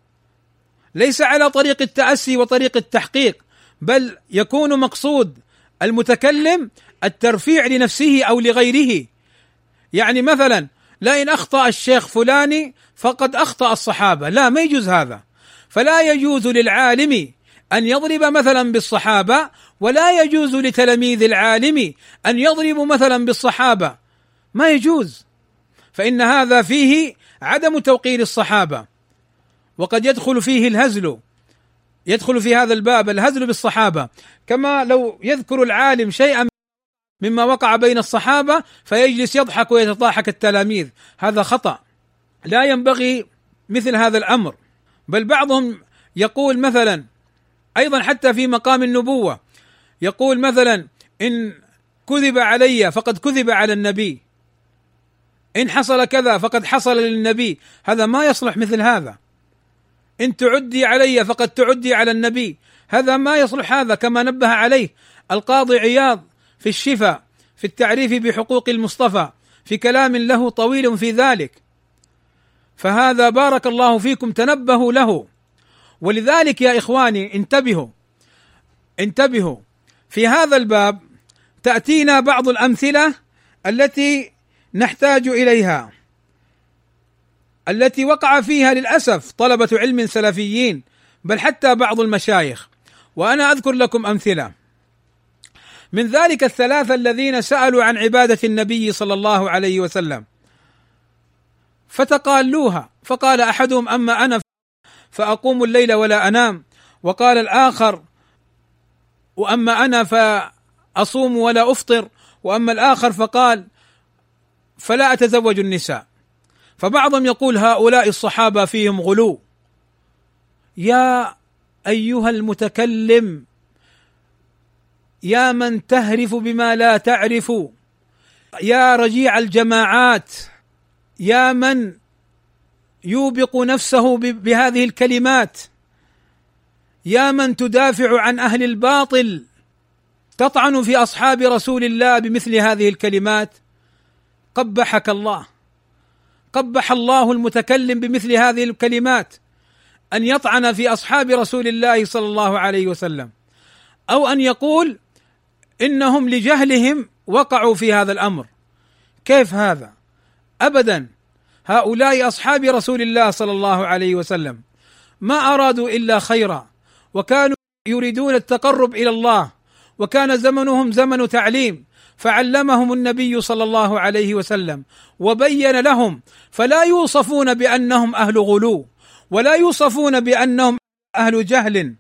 ليس على طريق التأسي وطريق التحقيق، بل يكون مقصود المتكلم الترفيع لنفسه أو لغيره. يعني مثلا لئن أخطأ الشيخ فلاني فقد أخطأ الصحابة، لا، ما يجوز هذا. فلا يجوز للعالم أن يضرب مثلا بالصحابة، ولا يجوز لتلاميذ العالم أن يضربوا مثلا بالصحابة، ما يجوز، فإن هذا فيه عدم توقير الصحابة. وقد يدخل فيه الهزل، يدخل في هذا الباب الهزل بالصحابة، كما لو يذكر العالم شيئا مما وقع بين الصحابة فيجلس يضحك ويتضاحك التلاميذ، هذا خطأ، لا ينبغي مثل هذا الأمر. بل بعضهم يقول مثلا أيضا حتى في مقام النبوة، يقول مثلا إن كذب علي فقد كذب على النبي، إن حصل كذا فقد حصل للنبي، هذا ما يصلح مثل هذا. إن تعدي علي فقد تعدي على النبي، هذا ما يصلح هذا، كما نبه عليه القاضي عياض في الشفاء في التعريف بحقوق المصطفى في كلام له طويل في ذلك. فهذا بارك الله فيكم تنبهوا له. ولذلك يا إخواني انتبهوا في هذا الباب تأتينا بعض الأمثلة التي نحتاج إليها. التي وقع فيها للأسف طلبة علم سلفيين، بل حتى بعض المشايخ. وأنا أذكر لكم أمثلة من ذلك: الثلاثة الذين سألوا عن عبادة النبي صلى الله عليه وسلم فتقالوها، فقال أحدهم: أما أنا فأقوم الليل ولا أنام، وقال الآخر: وأما أنا فأصوم ولا أفطر، وأما الآخر فقال: فلا أتزوج النساء. فبعضهم يقول: هؤلاء الصحابة فيهم غلو. يا أيها المتكلم، يا من تهرف بما لا تعرف، يا رجيع الجماعات، يا من يوبق نفسه بهذه الكلمات، يا من تدافع عن أهل الباطل، تطعن في أصحاب رسول الله بمثل هذه الكلمات، قبحك الله، قبح الله المتكلم بمثل هذه الكلمات، أن يطعن في أصحاب رسول الله صلى الله عليه وسلم، أو أن يقول إنهم لجهلهم وقعوا في هذا الأمر. كيف هذا؟ أبدا، هؤلاء أصحاب رسول الله صلى الله عليه وسلم ما أرادوا إلا خيرا، وكانوا يريدون التقرب إلى الله، وكان زمنهم زمن تعليم، فعلمهم النبي صلى الله عليه وسلم وبين لهم، فلا يوصفون بأنهم أهل غلو، ولا يوصفون بأنهم أهل جهل،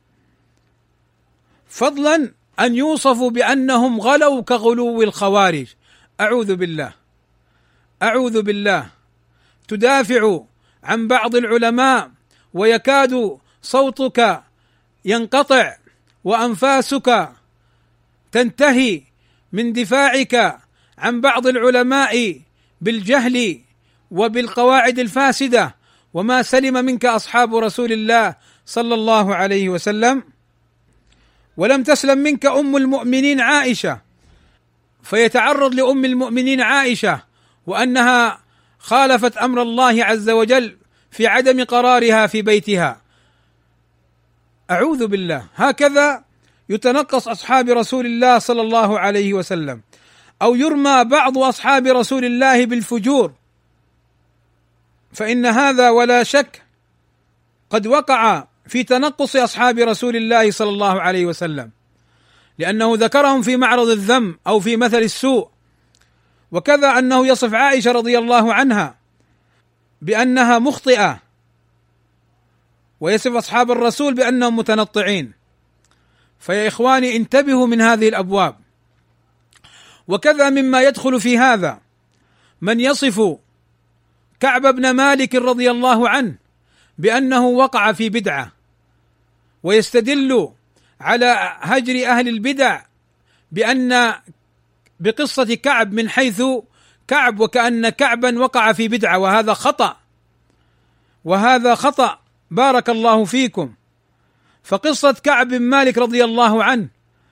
فضلا أن يوصفوا بأنهم غلوا كغلو الخوارج. أعوذ بالله، أعوذ بالله. تدافع عن بعض العلماء ويكاد صوتك ينقطع وأنفاسك تنتهي من دفاعك عن بعض العلماء بالجهل وبالقواعد الفاسدة، وما سلم منك أصحاب رسول الله صلى الله عليه وسلم، ولم تسلم منك أم المؤمنين عائشة، فيتعرض لأم المؤمنين عائشة وأنها خالفت أمر الله عز وجل في عدم قرارها في بيتها. أعوذ بالله. هكذا يتنقص أصحاب رسول الله صلى الله عليه وسلم، أو يرمى بعض أصحاب رسول الله بالفجور، فإن هذا ولا شك قد وقع في تنقص أصحاب رسول الله صلى الله عليه وسلم، لأنه ذكرهم في معرض الذم أو في مثل السوء. وكذا أنه يصف عائشة رضي الله عنها بأنها مخطئة، ويصف أصحاب الرسول بأنهم متنطعين. فيا إخواني انتبهوا من هذه الأبواب. وكذا مما يدخل في هذا من يصف كعب بن مالك رضي الله عنه بأنه وقع في بدعة، ويستدل على هجر أهل البدع بأن بقصة كعب من حيث كعب، وكأن كعبا وقع في بدعة، وهذا خطأ، وهذا خطأ. بارك الله فيكم. فقصة كعب بن مالك رضي الله عنه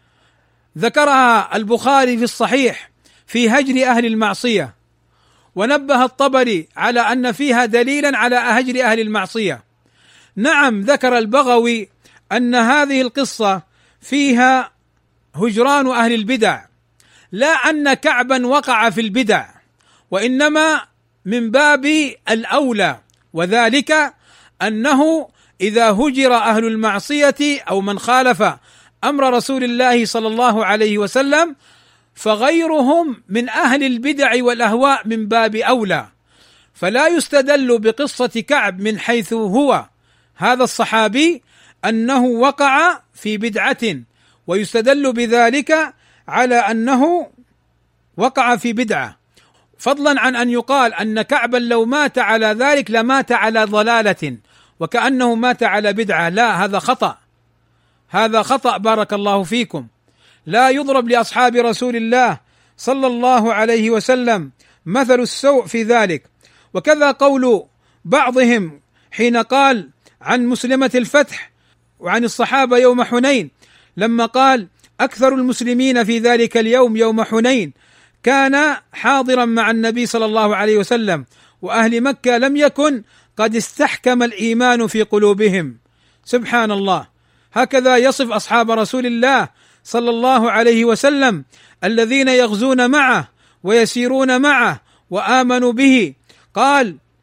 ذكرها البخاري في الصحيح في هجر أهل المعصية، ونبه الطبري على أن فيها دليلا على هجر أهل المعصية. نعم، ذكر البغوي أن هذه القصة فيها هجران أهل البدع، لا أن كعبا وقع في البدع، وإنما من باب الأولى، وذلك أنه إذا هجر أهل المعصية أو من خالف أمر رسول الله صلى الله عليه وسلم فغيرهم من أهل البدع والأهواء من باب أولى، فلا يستدل بقصة كعب من حيث هو هذا الصحابي أنه وقع في بدعة، ويستدل بذلك على أنه وقع في بدعة، فضلا عن أن يقال أن كعبا لو مات على ذلك لمات على ضلالة وكأنه مات على بدعة. لا، هذا خطأ، هذا خطأ. بارك الله فيكم. لا يضرب لأصحاب رسول الله صلى الله عليه وسلم مثل السوء في ذلك. وكذا قول بعضهم حين قال عن مسلمة الفتح وعن الصحابة يوم حنين، لما قال: أكثر المسلمين في ذلك اليوم يوم حنين كان حاضرا مع النبي صلى الله عليه وسلم، وأهل مكة لم يكن قد استحكم الإيمان في قلوبهم. سبحان الله. هكذا يصف أصحاب رسول الله صلى الله عليه وسلم الذين يغزون معه ويسيرون معه وآمنوا به. قال: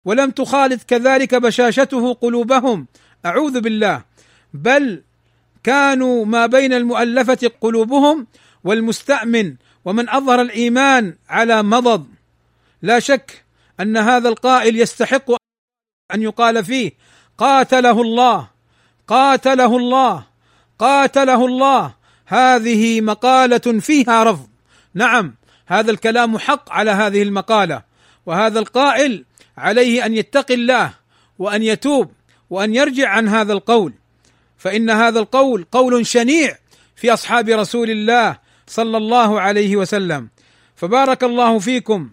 ولم تخالط كذلك بشاشته قلوبهم، أعوذ بالله، بل كانوا ما بين المؤلفة قلوبهم والمستأمن ومن أظهر الإيمان على مضض. لا شك أن هذا القائل يستحق أن يقال فيه قاتله الله، قاتله الله، قاتله الله. هذه مقالة فيها رفض، نعم هذا الكلام حق على هذه المقالة، وهذا القائل عليه أن يتقي الله وأن يتوب وأن يرجع عن هذا القول، فإن هذا القول قول شنيع في أصحاب رسول الله صلى الله عليه وسلم. فبارك الله فيكم،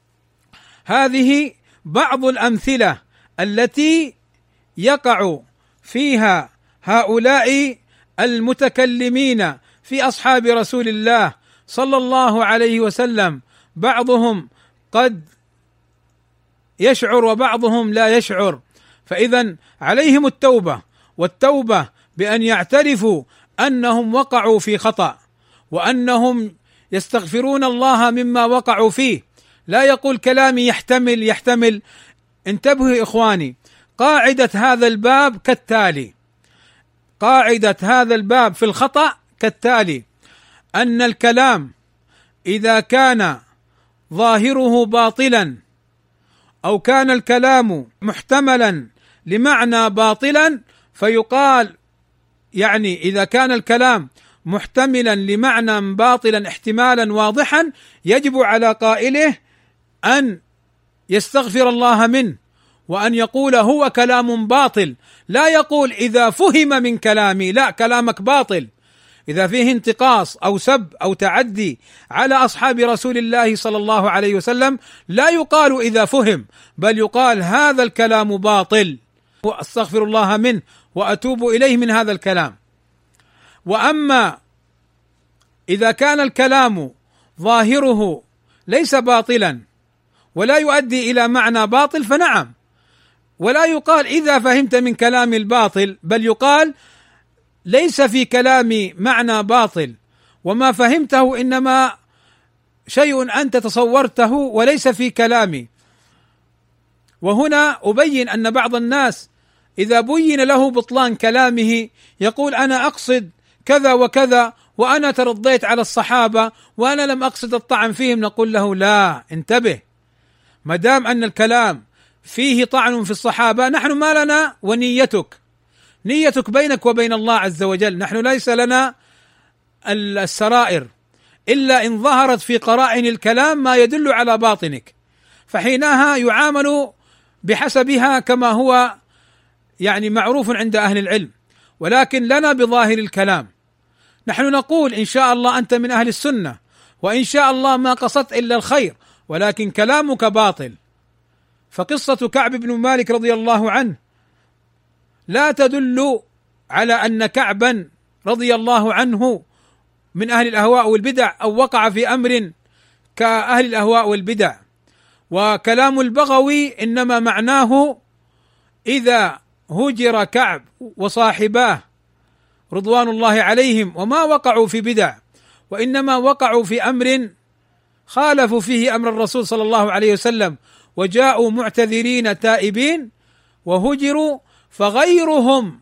هذه بعض الأمثلة التي يقع فيها هؤلاء المتكلمين في أصحاب رسول الله صلى الله عليه وسلم، بعضهم قد يشعر وبعضهم لا يشعر. فإذا عليهم التوبة، والتوبة بأن يعترفوا أنهم وقعوا في خطأ وأنهم يستغفرون الله مما وقعوا فيه. لا يقول كلامي يحتمل. انتبهوا يا إخواني، قاعدة هذا الباب كالتالي، قاعدة هذا الباب في الخطأ كالتالي: أن الكلام إذا كان ظاهره باطلا أو كان الكلام محتملا لمعنى باطلا فيقال، يعني إذا كان الكلام محتملا لمعنى باطلا احتمالا واضحا يجب على قائله أن يستغفر الله منه وأن يقول هو كلام باطل. لا يقول إذا فهم من كلامي، لا، كلامك باطل. إذا فيه انتقاص أو سب أو تعدي على أصحاب رسول الله صلى الله عليه وسلم لا يقال إذا فهم، بل يقال هذا الكلام باطل وأستغفر الله منه وأتوب إليه من هذا الكلام. وأما إذا كان الكلام ظاهره ليس باطلا ولا يؤدي إلى معنى باطل فنعم، ولا يقال إذا فهمت من كلام الباطل، بل يقال ليس في كلامي معنى باطل وما فهمته إنما شيء أنت تصورته وليس في كلامي. وهنا أبين أن بعض الناس إذا بين له بطلان كلامه يقول أنا أقصد كذا وكذا وأنا ترضيت على الصحابة وأنا لم أقصد الطعن فيهم. نقول له لا، انتبه، ما دام أن الكلام فيه طعن في الصحابة نحن ما لنا، ونيتك نيتك بينك وبين الله عز وجل، نحن ليس لنا السرائر إلا إن ظهرت في قرائن الكلام ما يدل على باطنك، فحينها يعامل بحسبها كما هو يعني معروف عند أهل العلم، ولكن لنا بظاهر الكلام. نحن نقول إن شاء الله أنت من أهل السنة وإن شاء الله ما قصدت إلا الخير، ولكن كلامك باطل. فقصة كعب بن مالك رضي الله عنه لا تدل على أن كعبا رضي الله عنه من أهل الأهواء والبدع أو وقع في أمر كأهل الأهواء والبدع. وكلام البغوي إنما معناه إذا هجر كعب وصاحباه رضوان الله عليهم وما وقعوا في بدع، وإنما وقعوا في أمر خالفوا فيه أمر الرسول صلى الله عليه وسلم وجاءوا معتذرين تائبين وهجروا، فغيرهم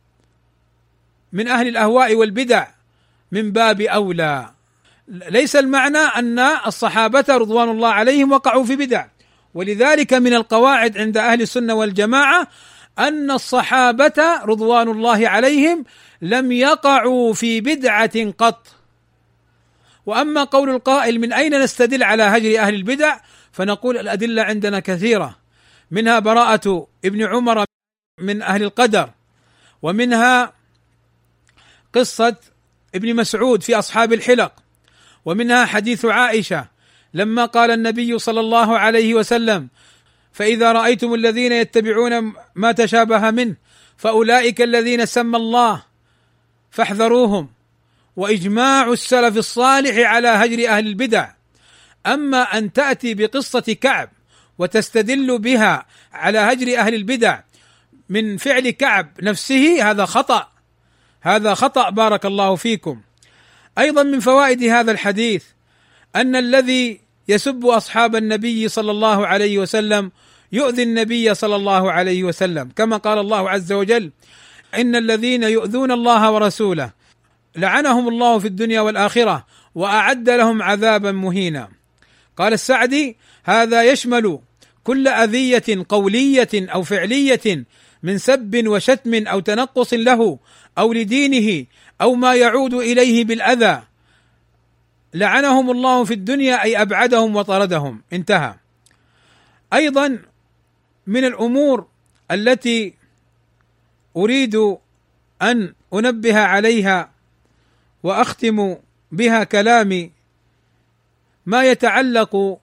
من أهل الأهواء والبدع من باب أولى. ليس المعنى أن الصحابة رضوان الله عليهم وقعوا في بدع، ولذلك من القواعد عند أهل السنة والجماعة أن الصحابة رضوان الله عليهم لم يقعوا في بدعة قط. وأما قول القائل من أين نستدل على هجر أهل البدع، فنقول الأدلة عندنا كثيرة، منها براءة ابن عمر من أهل القدر، ومنها قصة ابن مسعود في أصحاب الحلق، ومنها حديث عائشة لما قال النبي صلى الله عليه وسلم فإذا رأيتم الذين يتبعون ما تشابه منه فأولئك الذين سمى الله فاحذروهم، وإجماع السلف الصالح على هجر أهل البدع. أما أن تأتي بقصة كعب وتستدل بها على هجر أهل البدع من فعل كعب نفسه، هذا خطأ، هذا خطأ بارك الله فيكم. أيضا من فوائد هذا الحديث أن الذي يسب أصحاب النبي صلى الله عليه وسلم يؤذي النبي صلى الله عليه وسلم، كما قال الله عز وجل: إن الذين يؤذون الله ورسوله لعنهم الله في الدنيا والآخرة وأعد لهم عذابا مهينا. قال السعدي: هذا يشمل كل أذية قولية أو فعلية من سب وشتم أو تنقص له أو لدينه أو ما يعود إليه بالأذى، لعنهم الله في الدنيا أي أبعدهم وطردهم. انتهى. أيضا من الأمور التي أريد أن أنبه عليها وأختم بها كلامي ما يتعلق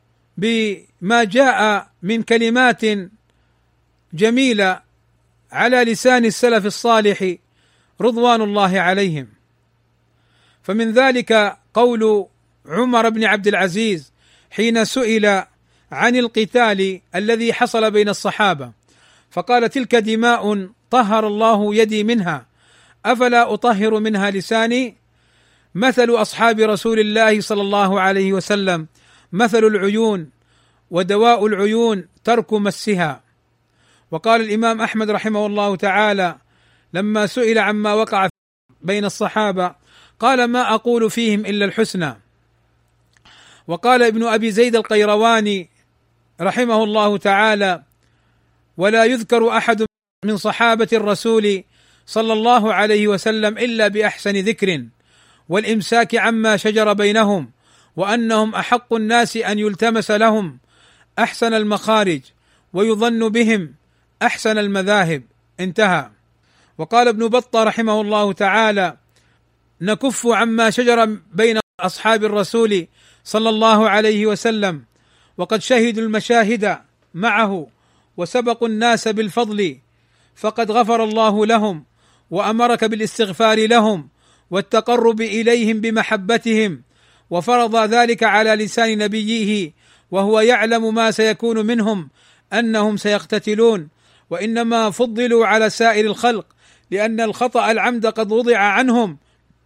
بما جاء من كلمات جميلة على لسان السلف الصالح رضوان الله عليهم. فمن ذلك قول عمر بن عبد العزيز حين سئل عن القتال الذي حصل بين الصحابة، فقال: تلك دماء طهر الله يدي منها، أفلا أطهر منها لساني؟ مثل أصحاب رسول الله صلى الله عليه وسلم مثل العيون، ودواء العيون ترك مسها. وقال الإمام أحمد رحمه الله تعالى لما سئل عما وقع بين الصحابة قال: ما أقول فيهم إلا الحسنى. وقال ابن أبي زيد القيرواني رحمه الله تعالى: ولا يذكر أحد من صحابة الرسول صلى الله عليه وسلم إلا بأحسن ذكر، والإمساك عما شجر بينهم، وأنهم أحق الناس أن يلتمس لهم أحسن المخارج، ويظن بهم أحسن المذاهب. انتهى. وقال ابن بطة رحمه الله تعالى: نكف عما شجر بين أصحاب الرسول صلى الله عليه وسلم، وقد شهدوا المشاهد معه وسبقوا الناس بالفضل، فقد غفر الله لهم وأمرك بالاستغفار لهم والتقرب إليهم بمحبتهم، وفرض ذلك على لسان نبيه، وهو يعلم ما سيكون منهم أنهم سيقتتلون، وإنما فضلوا على سائر الخلق لأن الخطأ العمد قد وضع عنهم،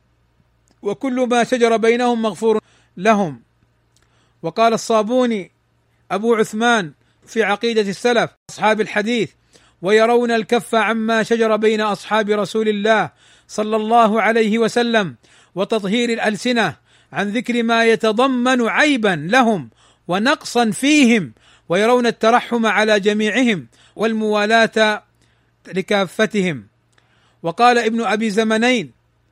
وكل ما شجر بينهم مغفور لهم. وقال الصابوني أبو عثمان في عقيدة السلف أصحاب الحديث: ويرون الكف عما شجر بين أصحاب رسول الله صلى الله عليه وسلم وتطهير الألسنة عن ذكر ما يتضمن عيبا لهم ونقصا فيهم، ويرون الترحم على جميعهم والموالاة لكافتهم. وقال ابن أبي زمنين: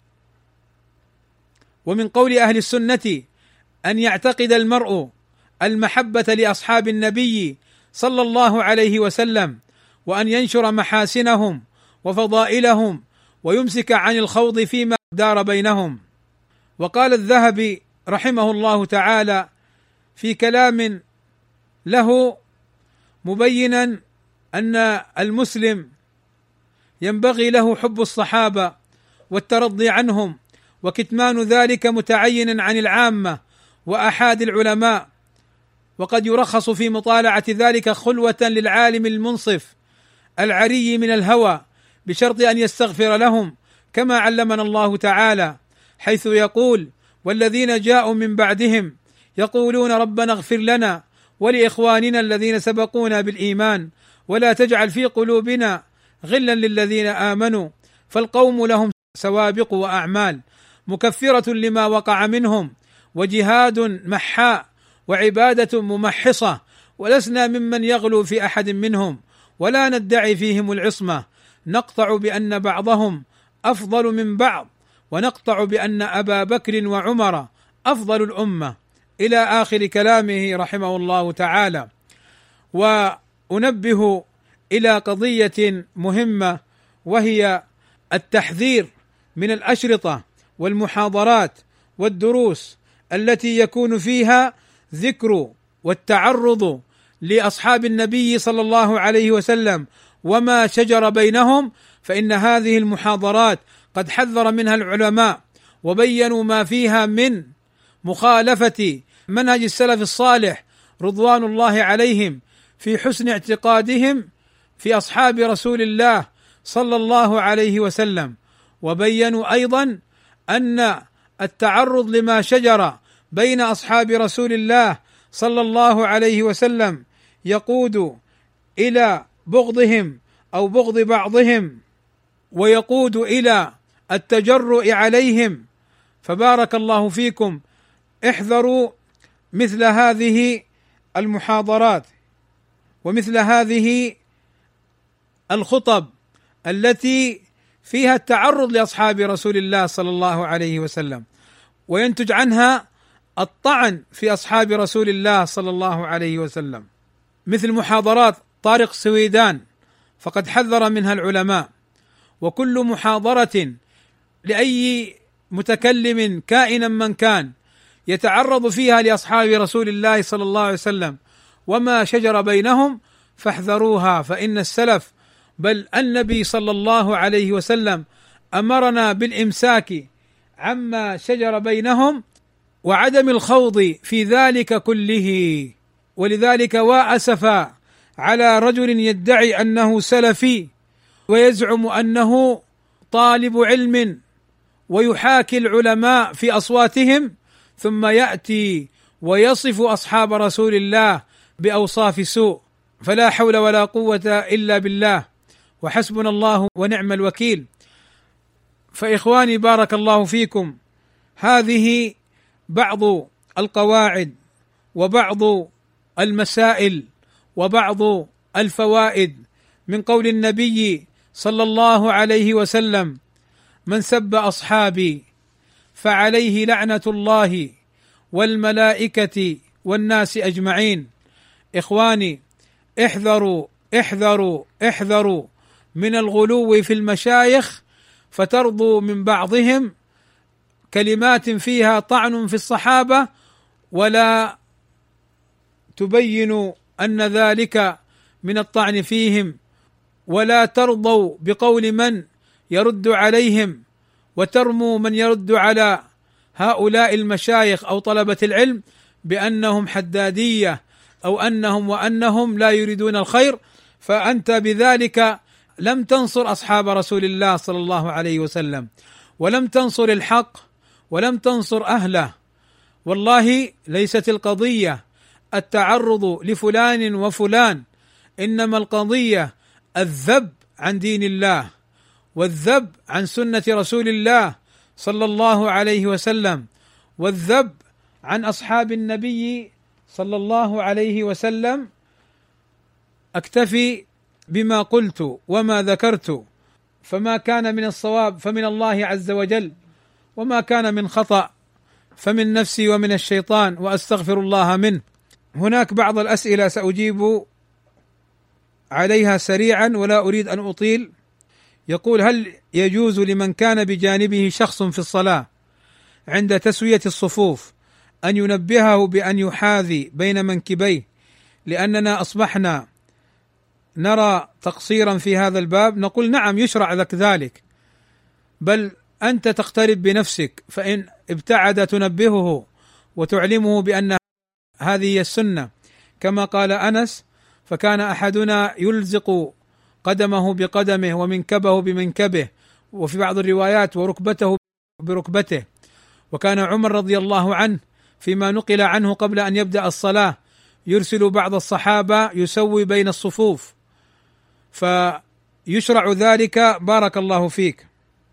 ومن قول أهل السنة أن يعتقد المرء المحبة لأصحاب النبي صلى الله عليه وسلم، وأن ينشر محاسنهم وفضائلهم، ويمسك عن الخوض فيما دار بينهم. وقال الذهبي رحمه الله تعالى في كلام له مبينا أن المسلم ينبغي له حب الصحابة والترضي عنهم، وكتمان ذلك متعين عن العامة وأحاد العلماء، وقد يرخص في مطالعة ذلك خلوة للعالم المنصف العري من الهوى، بشرط أن يستغفر لهم، كما علمنا الله تعالى حيث يقول: والذين جاءوا من بعدهم يقولون ربنا اغفر لنا ولإخواننا الذين سبقونا بالإيمان ولا تجعل في قلوبنا غلا للذين آمنوا، فالقوم لهم سوابق وأعمال مكفرة لما وقع منهم، وجهاد محاء، وعبادة ممحصة، ولسنا ممن يغلو في أحد منهم، ولا ندعي فيهم العصمة، نقطع بأن بعضهم أفضل من بعض، ونقطع بأن أبا بكر وعمر أفضل الأمة، إلى آخر كلامه رحمه الله تعالى. وأنبه إلى قضية مهمة، وهي التحذير من الأشرطة والمحاضرات والدروس التي يكون فيها ذكر والتعرض لأصحاب النبي صلى الله عليه وسلم وما شجر بينهم، فإن هذه المحاضرات قد حذر منها العلماء وبينوا ما فيها من مخالفة منهج السلف الصالح رضوان الله عليهم في حسن اعتقادهم في أصحاب رسول الله صلى الله عليه وسلم، وبينوا أيضا أن التعرض لما شجر بين أصحاب رسول الله صلى الله عليه وسلم يقود الى بغضهم او بغض بعضهم ويقود الى التجرؤ عليهم. فبارك الله فيكم، احذروا مثل هذه المحاضرات ومثل هذه الخطب التي فيها التعرض لاصحاب رسول الله صلى الله عليه وسلم، وينتج عنها الطعن في اصحاب رسول الله صلى الله عليه وسلم، مثل محاضرات طارق سويدان، فقد حذر منها العلماء. وكل محاضرة لأي متكلم كائنا من كان يتعرض فيها لأصحاب رسول الله صلى الله عليه وسلم وما شجر بينهم فاحذروها، فإن السلف بل النبي صلى الله عليه وسلم أمرنا بالإمساك عما شجر بينهم وعدم الخوض في ذلك كله. ولذلك وأسفا على رجل يدعي أنه سلفي ويزعم أنه طالب علم ويحاكي العلماء في أصواتهم، ثم يأتي ويصف أصحاب رسول الله بأوصاف سوء. فلا حول ولا قوة إلا بالله، وحسبنا الله ونعم الوكيل. فإخواني بارك الله فيكم، هذه بعض القواعد وبعض المسائل وبعض الفوائد من قول النبي صلى الله عليه وسلم: من سب أصحابي فعليه لعنة الله والملائكة والناس أجمعين. إخواني، احذروا احذروا احذروا من الغلو في المشايخ فترضوا من بعضهم كلمات فيها طعن في الصحابة ولا تبينوا أن ذلك من الطعن فيهم، ولا ترضوا بقول من يرد عليهم وترموا من يرد على هؤلاء المشايخ أو طلبة العلم بأنهم حدادية أو أنهم لا يريدون الخير، فأنت بذلك لم تنصر أصحاب رسول الله صلى الله عليه وسلم، ولم تنصر الحق، ولم تنصر أهله. والله ليست القضية التعرض لفلان وفلان، إنما القضية الذب عن دين الله والذب عن سنة رسول الله صلى الله عليه وسلم والذب عن أصحاب النبي صلى الله عليه وسلم. أكتفي بما قلت وما ذكرت، فما كان من الصواب فمن الله عز وجل، وما كان من خطأ فمن نفسي ومن الشيطان، وأستغفر الله منه. هناك بعض الأسئلة سأجيب عليها سريعا ولا أريد أن أطيل. يقول: هل يجوز لمن كان بجانبه شخص في الصلاة عند تسوية الصفوف أن ينبهه بأن يحاذي بين منكبيه، لأننا أصبحنا نرى تقصيرا في هذا الباب؟ نقول: نعم، يشرع لك ذلك، بل أنت تقترب بنفسك، فإن ابتعد تنبهه وتعلمه بأن هذه هي السنة، كما قال أنس: فكان أحدنا يلزق قدمه بقدمه ومنكبه بمنكبه، وفي بعض الروايات وركبته بركبته. وكان عمر رضي الله عنه فيما نقل عنه قبل أن يبدأ الصلاة يرسل بعض الصحابة يسوي بين الصفوف، فيشرع ذلك. بارك الله فيك.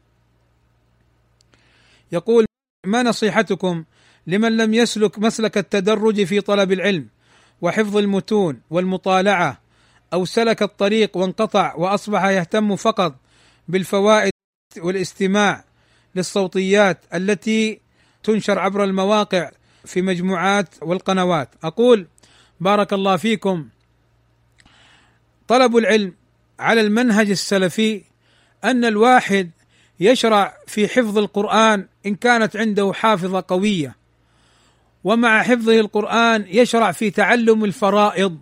يقول: ما نصيحتكم لمن لم يسلك مسلك التدرج في طلب العلم وحفظ المتون والمطالعة، أو سلك الطريق وانقطع وأصبح يهتم فقط بالفوائد والاستماع للصوتيات التي تنشر عبر المواقع في مجموعات والقنوات؟ أقول: بارك الله فيكم، طلب العلم على المنهج السلفي أن الواحد يشرع في حفظ القرآن إن كانت عنده حافظة قوية، ومع حفظه القرآن يشرع في تعلم الفرائض،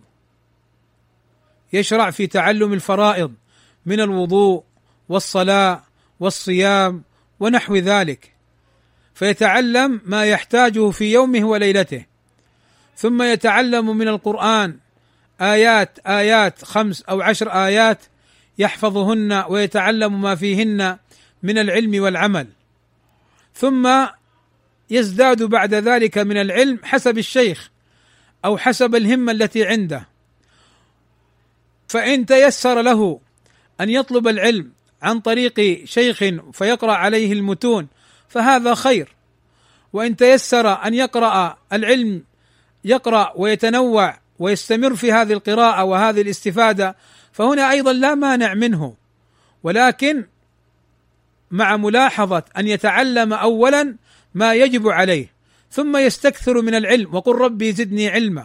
يشرع في تعلم الفرائض من الوضوء والصلاة والصيام ونحو ذلك، فيتعلم ما يحتاجه في يومه وليلته، ثم يتعلم من القرآن آيات 5 أو 10 آيات يحفظهن ويتعلم ما فيهن من العلم والعمل، ثم يزداد بعد ذلك من العلم حسب الشيخ أو حسب الهمة التي عنده. فإن تيسر له أن يطلب العلم عن طريق شيخ فيقرأ عليه المتون فهذا خير، وإن تيسر أن يقرأ العلم يقرأ ويتنوع ويستمر في هذه القراءة وهذه الاستفادة فهنا أيضا لا مانع منه، ولكن مع ملاحظة أن يتعلم أولا ما يجب عليه ثم يستكثر من العلم، وقل ربي زدني علما،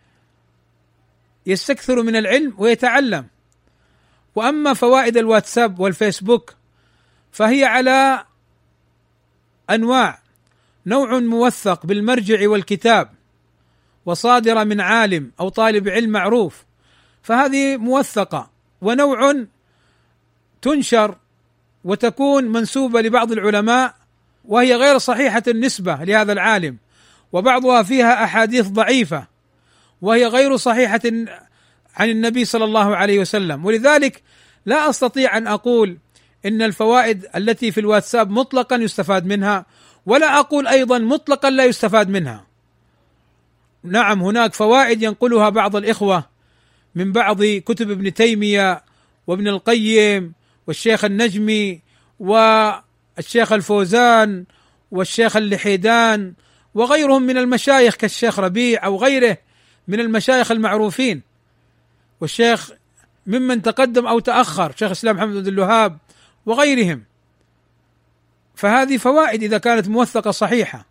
يستكثر من العلم ويتعلم. وأما فوائد الواتساب والفيسبوك فهي على أنواع، نوع موثق بالمرجع والكتاب وصادرة من عالم أو طالب علم معروف فهذه موثقة، ونوع تنشر وتكون منسوبة لبعض العلماء وهي غير صحيحة النسبة لهذا العالم، وبعضها فيها أحاديث ضعيفة وهي غير صحيحة عن النبي صلى الله عليه وسلم. ولذلك لا أستطيع أن أقول إن الفوائد التي في الواتساب مطلقا يستفاد منها، ولا أقول أيضا مطلقا لا يستفاد منها. نعم هناك فوائد ينقلها بعض الإخوة من بعض كتب ابن تيمية وابن القيم والشيخ النجمي والشيخ الفوزان والشيخ اللحيدان وغيرهم من المشايخ كالشيخ ربيع أو غيره من المشايخ المعروفين، والشيخ ممن تقدم أو تأخر شيخ الإسلام محمد بن عبد الوهاب وغيرهم. فهذه فوائد إذا كانت موثقة صحيحة.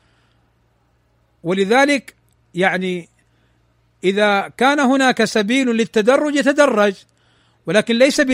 ولذلك يعني إذا كان هناك سبيل للتدرج يتدرج، ولكن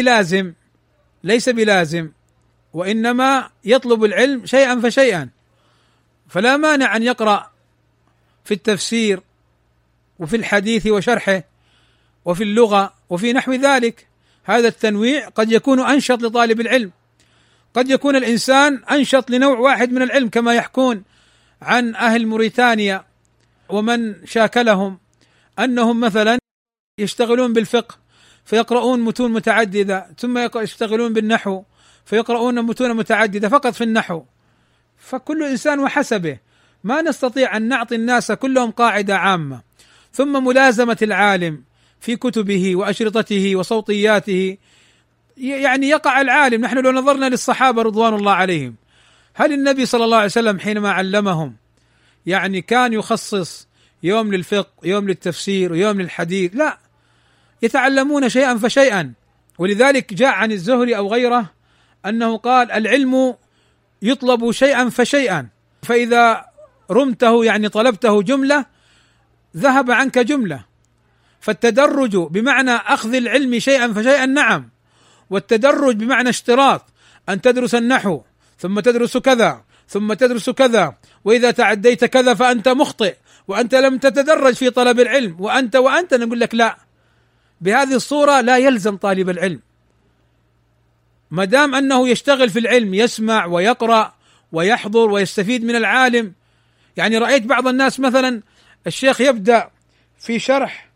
ليس بلازم وإنما يطلب العلم شيئا فشيئا. فلا مانع أن يقرأ في التفسير وفي الحديث وشرحه وفي اللغة وفي نحو ذلك. هذا التنويع قد يكون أنشط لطالب العلم، قد يكون الإنسان أنشط لنوع واحد من العلم، كما يحكون عن أهل موريتانيا ومن شاكلهم أنهم مثلا يشتغلون بالفقه فيقرؤون متون متعددة، ثم يشتغلون بالنحو فيقرؤون متون متعددة فقط في النحو. فكل إنسان وحسبه، ما نستطيع أن نعطي الناس كلهم قاعدة عامة. ثم ملازمة العالم في كتبه وأشرطته وصوتياته، يعني يقع العالم. نحن لو نظرنا للصحابة رضوان الله عليهم، هل النبي صلى الله عليه وسلم حينما علمهم يعني كان يخصص يوم للفقه يوم للتفسير ويوم للحديث؟ لا، يتعلمون شيئا فشيئا. ولذلك جاء عن الزهري أو غيره أنه قال العلم يطلب شيئا فشيئا، فإذا رمته يعني طلبته جملة ذهب عنك جملة. فالتدرج بمعنى أخذ العلم شيئا فشيئا نعم، والتدرج بمعنى اشتراط أن تدرس النحو ثم تدرس كذا ثم تدرس كذا، وإذا تعديت كذا فأنت مخطئ وأنت لم تتدرج في طلب العلم وأنت نقول لك لا. بهذه الصورة لا يلزم طالب العلم ما دام أنه يشتغل في العلم، يسمع ويقرأ ويحضر ويستفيد من العالم. يعني رأيت بعض الناس مثلا الشيخ يبدأ في شرح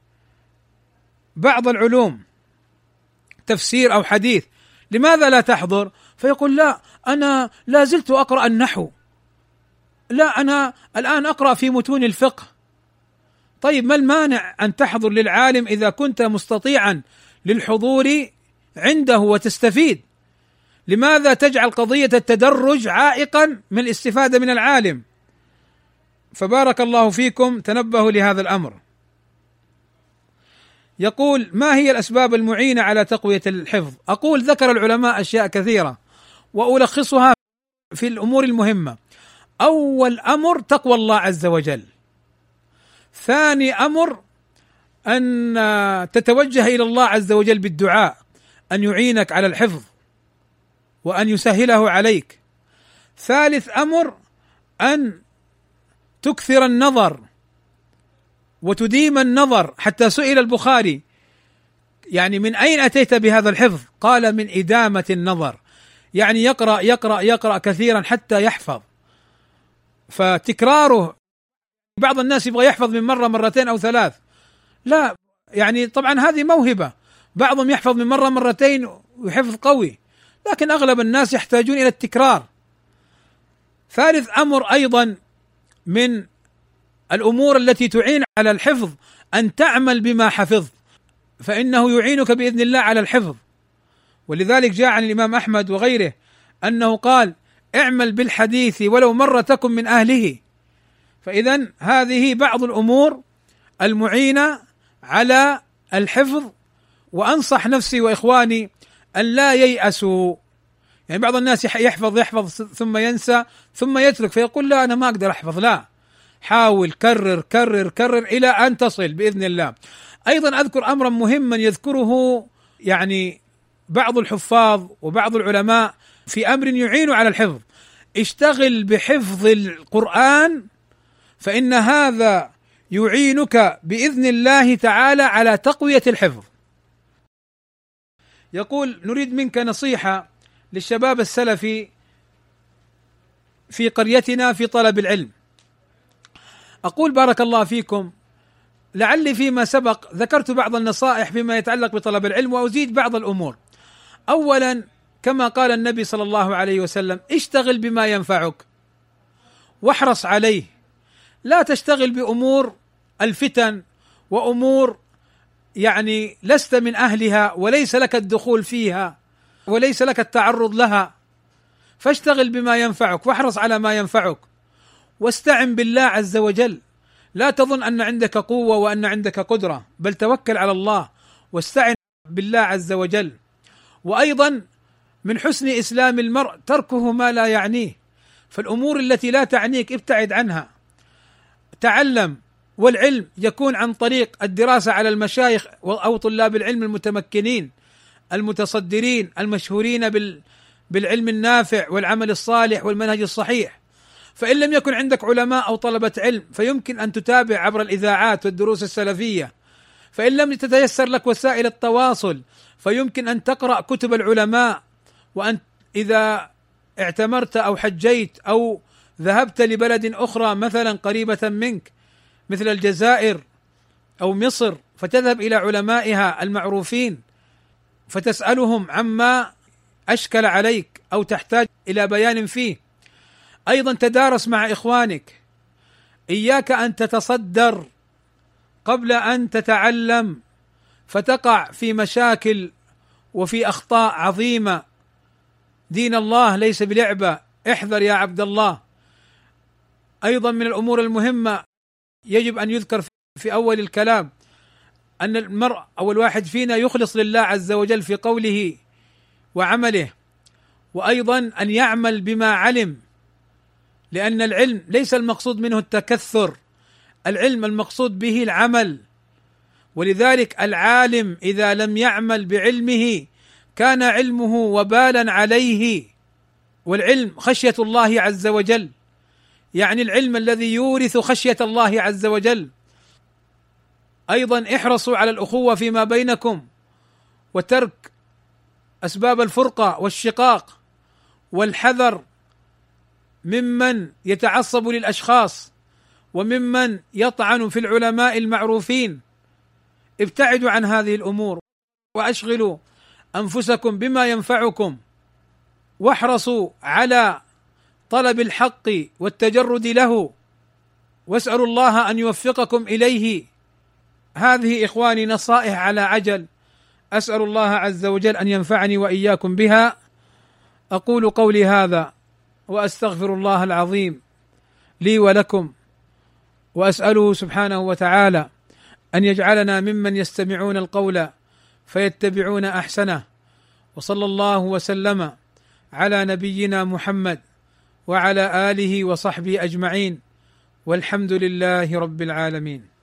بعض العلوم تفسير أو حديث، لماذا لا تحضر؟ فيقول لا أنا لا زلت أقرأ النحو، لا أنا الآن أقرأ في متون الفقه. طيب ما المانع أن تحضر للعالم إذا كنت مستطيعا للحضور عنده وتستفيد؟ لماذا تجعل قضية التدرج عائقا من الاستفادة من العالم؟ فبارك الله فيكم، تنبهوا لهذا الأمر. يقول ما هي الأسباب المعينة على تقوية الحفظ؟ أقول ذكر العلماء أشياء كثيرة وألخصها في الأمور المهمة. أول أمر تقوى الله عز وجل، ثاني أمر أن تتوجه إلى الله عز وجل بالدعاء أن يعينك على الحفظ وأن يسهله عليك، ثالث أمر أن تكثر النظر وتديم النظر. حتى سئل البخاري يعني من أين أتيت بهذا الحفظ؟ قال من إدامة النظر، يعني يقرأ يقرأ يقرأ كثيرا حتى يحفظ. فتكراره، بعض الناس يبغى يحفظ من مرة مرتين أو ثلاث، لا، يعني طبعا هذه موهبة، بعضهم يحفظ من مرة مرتين ويحفظ قوي، لكن أغلب الناس يحتاجون إلى التكرار. ثالث أمر أيضا من الأمور التي تعين على الحفظ أن تعمل بما حفظت. فإنه يعينك بإذن الله على الحفظ. ولذلك جاء عن الإمام أحمد وغيره أنه قال: اعمل بالحديث ولو مرة تكن من أهله. فإذا هذه بعض الأمور المعينة على الحفظ. وأنصح نفسي وإخواني أن لا ييأسوا. يعني بعض الناس يحفظ ثم ينسى ثم يترك فيقول: لا أنا ما أقدر أحفظ. لا، حاول، كرر كرر كرر إلى أن تصل بإذن الله. أيضا أذكر أمرا مهما يذكره يعني بعض الحفاظ وبعض العلماء في أمر يعين على الحفظ: اشتغل بحفظ القرآن، فإن هذا يعينك بإذن الله تعالى على تقوية الحفظ. يقول: نريد منك نصيحة للشباب السلفي في قريتنا في طلب العلم. أقول: بارك الله فيكم، لعلي فيما سبق ذكرت بعض النصائح فيما يتعلق بطلب العلم، وأزيد بعض الأمور. أولا، كما قال النبي صلى الله عليه وسلم: اشتغل بما ينفعك واحرص عليه، لا تشتغل بأمور الفتن وأمور يعني لست من أهلها وليس لك الدخول فيها وليس لك التعرض لها. فاشتغل بما ينفعك واحرص على ما ينفعك، واستعن بالله عز وجل. لا تظن أن عندك قوة وأن عندك قدرة، بل توكل على الله واستعن بالله عز وجل. وأيضا من حسن إسلام المرء تركه ما لا يعنيه، فالأمور التي لا تعنيك ابتعد عنها. تعلم، والعلم يكون عن طريق الدراسة على المشايخ أو طلاب العلم المتمكنين المتصدرين المشهورين بالعلم النافع والعمل الصالح والمنهج الصحيح. فإن لم يكن عندك علماء أو طلبة علم فيمكن أن تتابع عبر الإذاعات والدروس السلفية. فإن لم تتيسر لك وسائل التواصل فيمكن أن تقرأ كتب العلماء. وأن إذا اعتمرت أو حجيت أو ذهبت لبلد أخرى مثلا قريبة منك مثل الجزائر أو مصر، فتذهب إلى علمائها المعروفين فتسألهم عما أشكل عليك أو تحتاج إلى بيان فيه. أيضا تدارس مع إخوانك. إياك أن تتصدر قبل أن تتعلم فتقع في مشاكل وفي أخطاء عظيمة. دين الله ليس بلعبة، احذر يا عبد الله. أيضا من الأمور المهمة يجب أن يذكر في أول الكلام أن المرء أو الواحد فينا يخلص لله عز وجل في قوله وعمله، وأيضا أن يعمل بما علم، لأن العلم ليس المقصود منه التكثر، العلم المقصود به العمل. ولذلك العالم إذا لم يعمل بعلمه كان علمه وبالا عليه. والعلم خشية الله عز وجل، يعني العلم الذي يورث خشية الله عز وجل. أيضا احرصوا على الأخوة فيما بينكم وترك أسباب الفرقة والشقاق، والحذر ممن يتعصب للأشخاص وممن يطعن في العلماء المعروفين. ابتعدوا عن هذه الأمور وأشغلوا أنفسكم بما ينفعكم، واحرصوا على طلب الحق والتجرد له، واسألوا الله أن يوفقكم إليه. هذه إخواني نصائح على عجل، أسأل الله عز وجل أن ينفعني وإياكم بها. أقول قولي هذا وأستغفر الله العظيم لي ولكم، وأسأله سبحانه وتعالى أن يجعلنا ممن يستمعون القول فيتبعون أحسنه. وصلى الله وسلم على نبينا محمد وعلى آله وصحبه أجمعين، والحمد لله رب العالمين.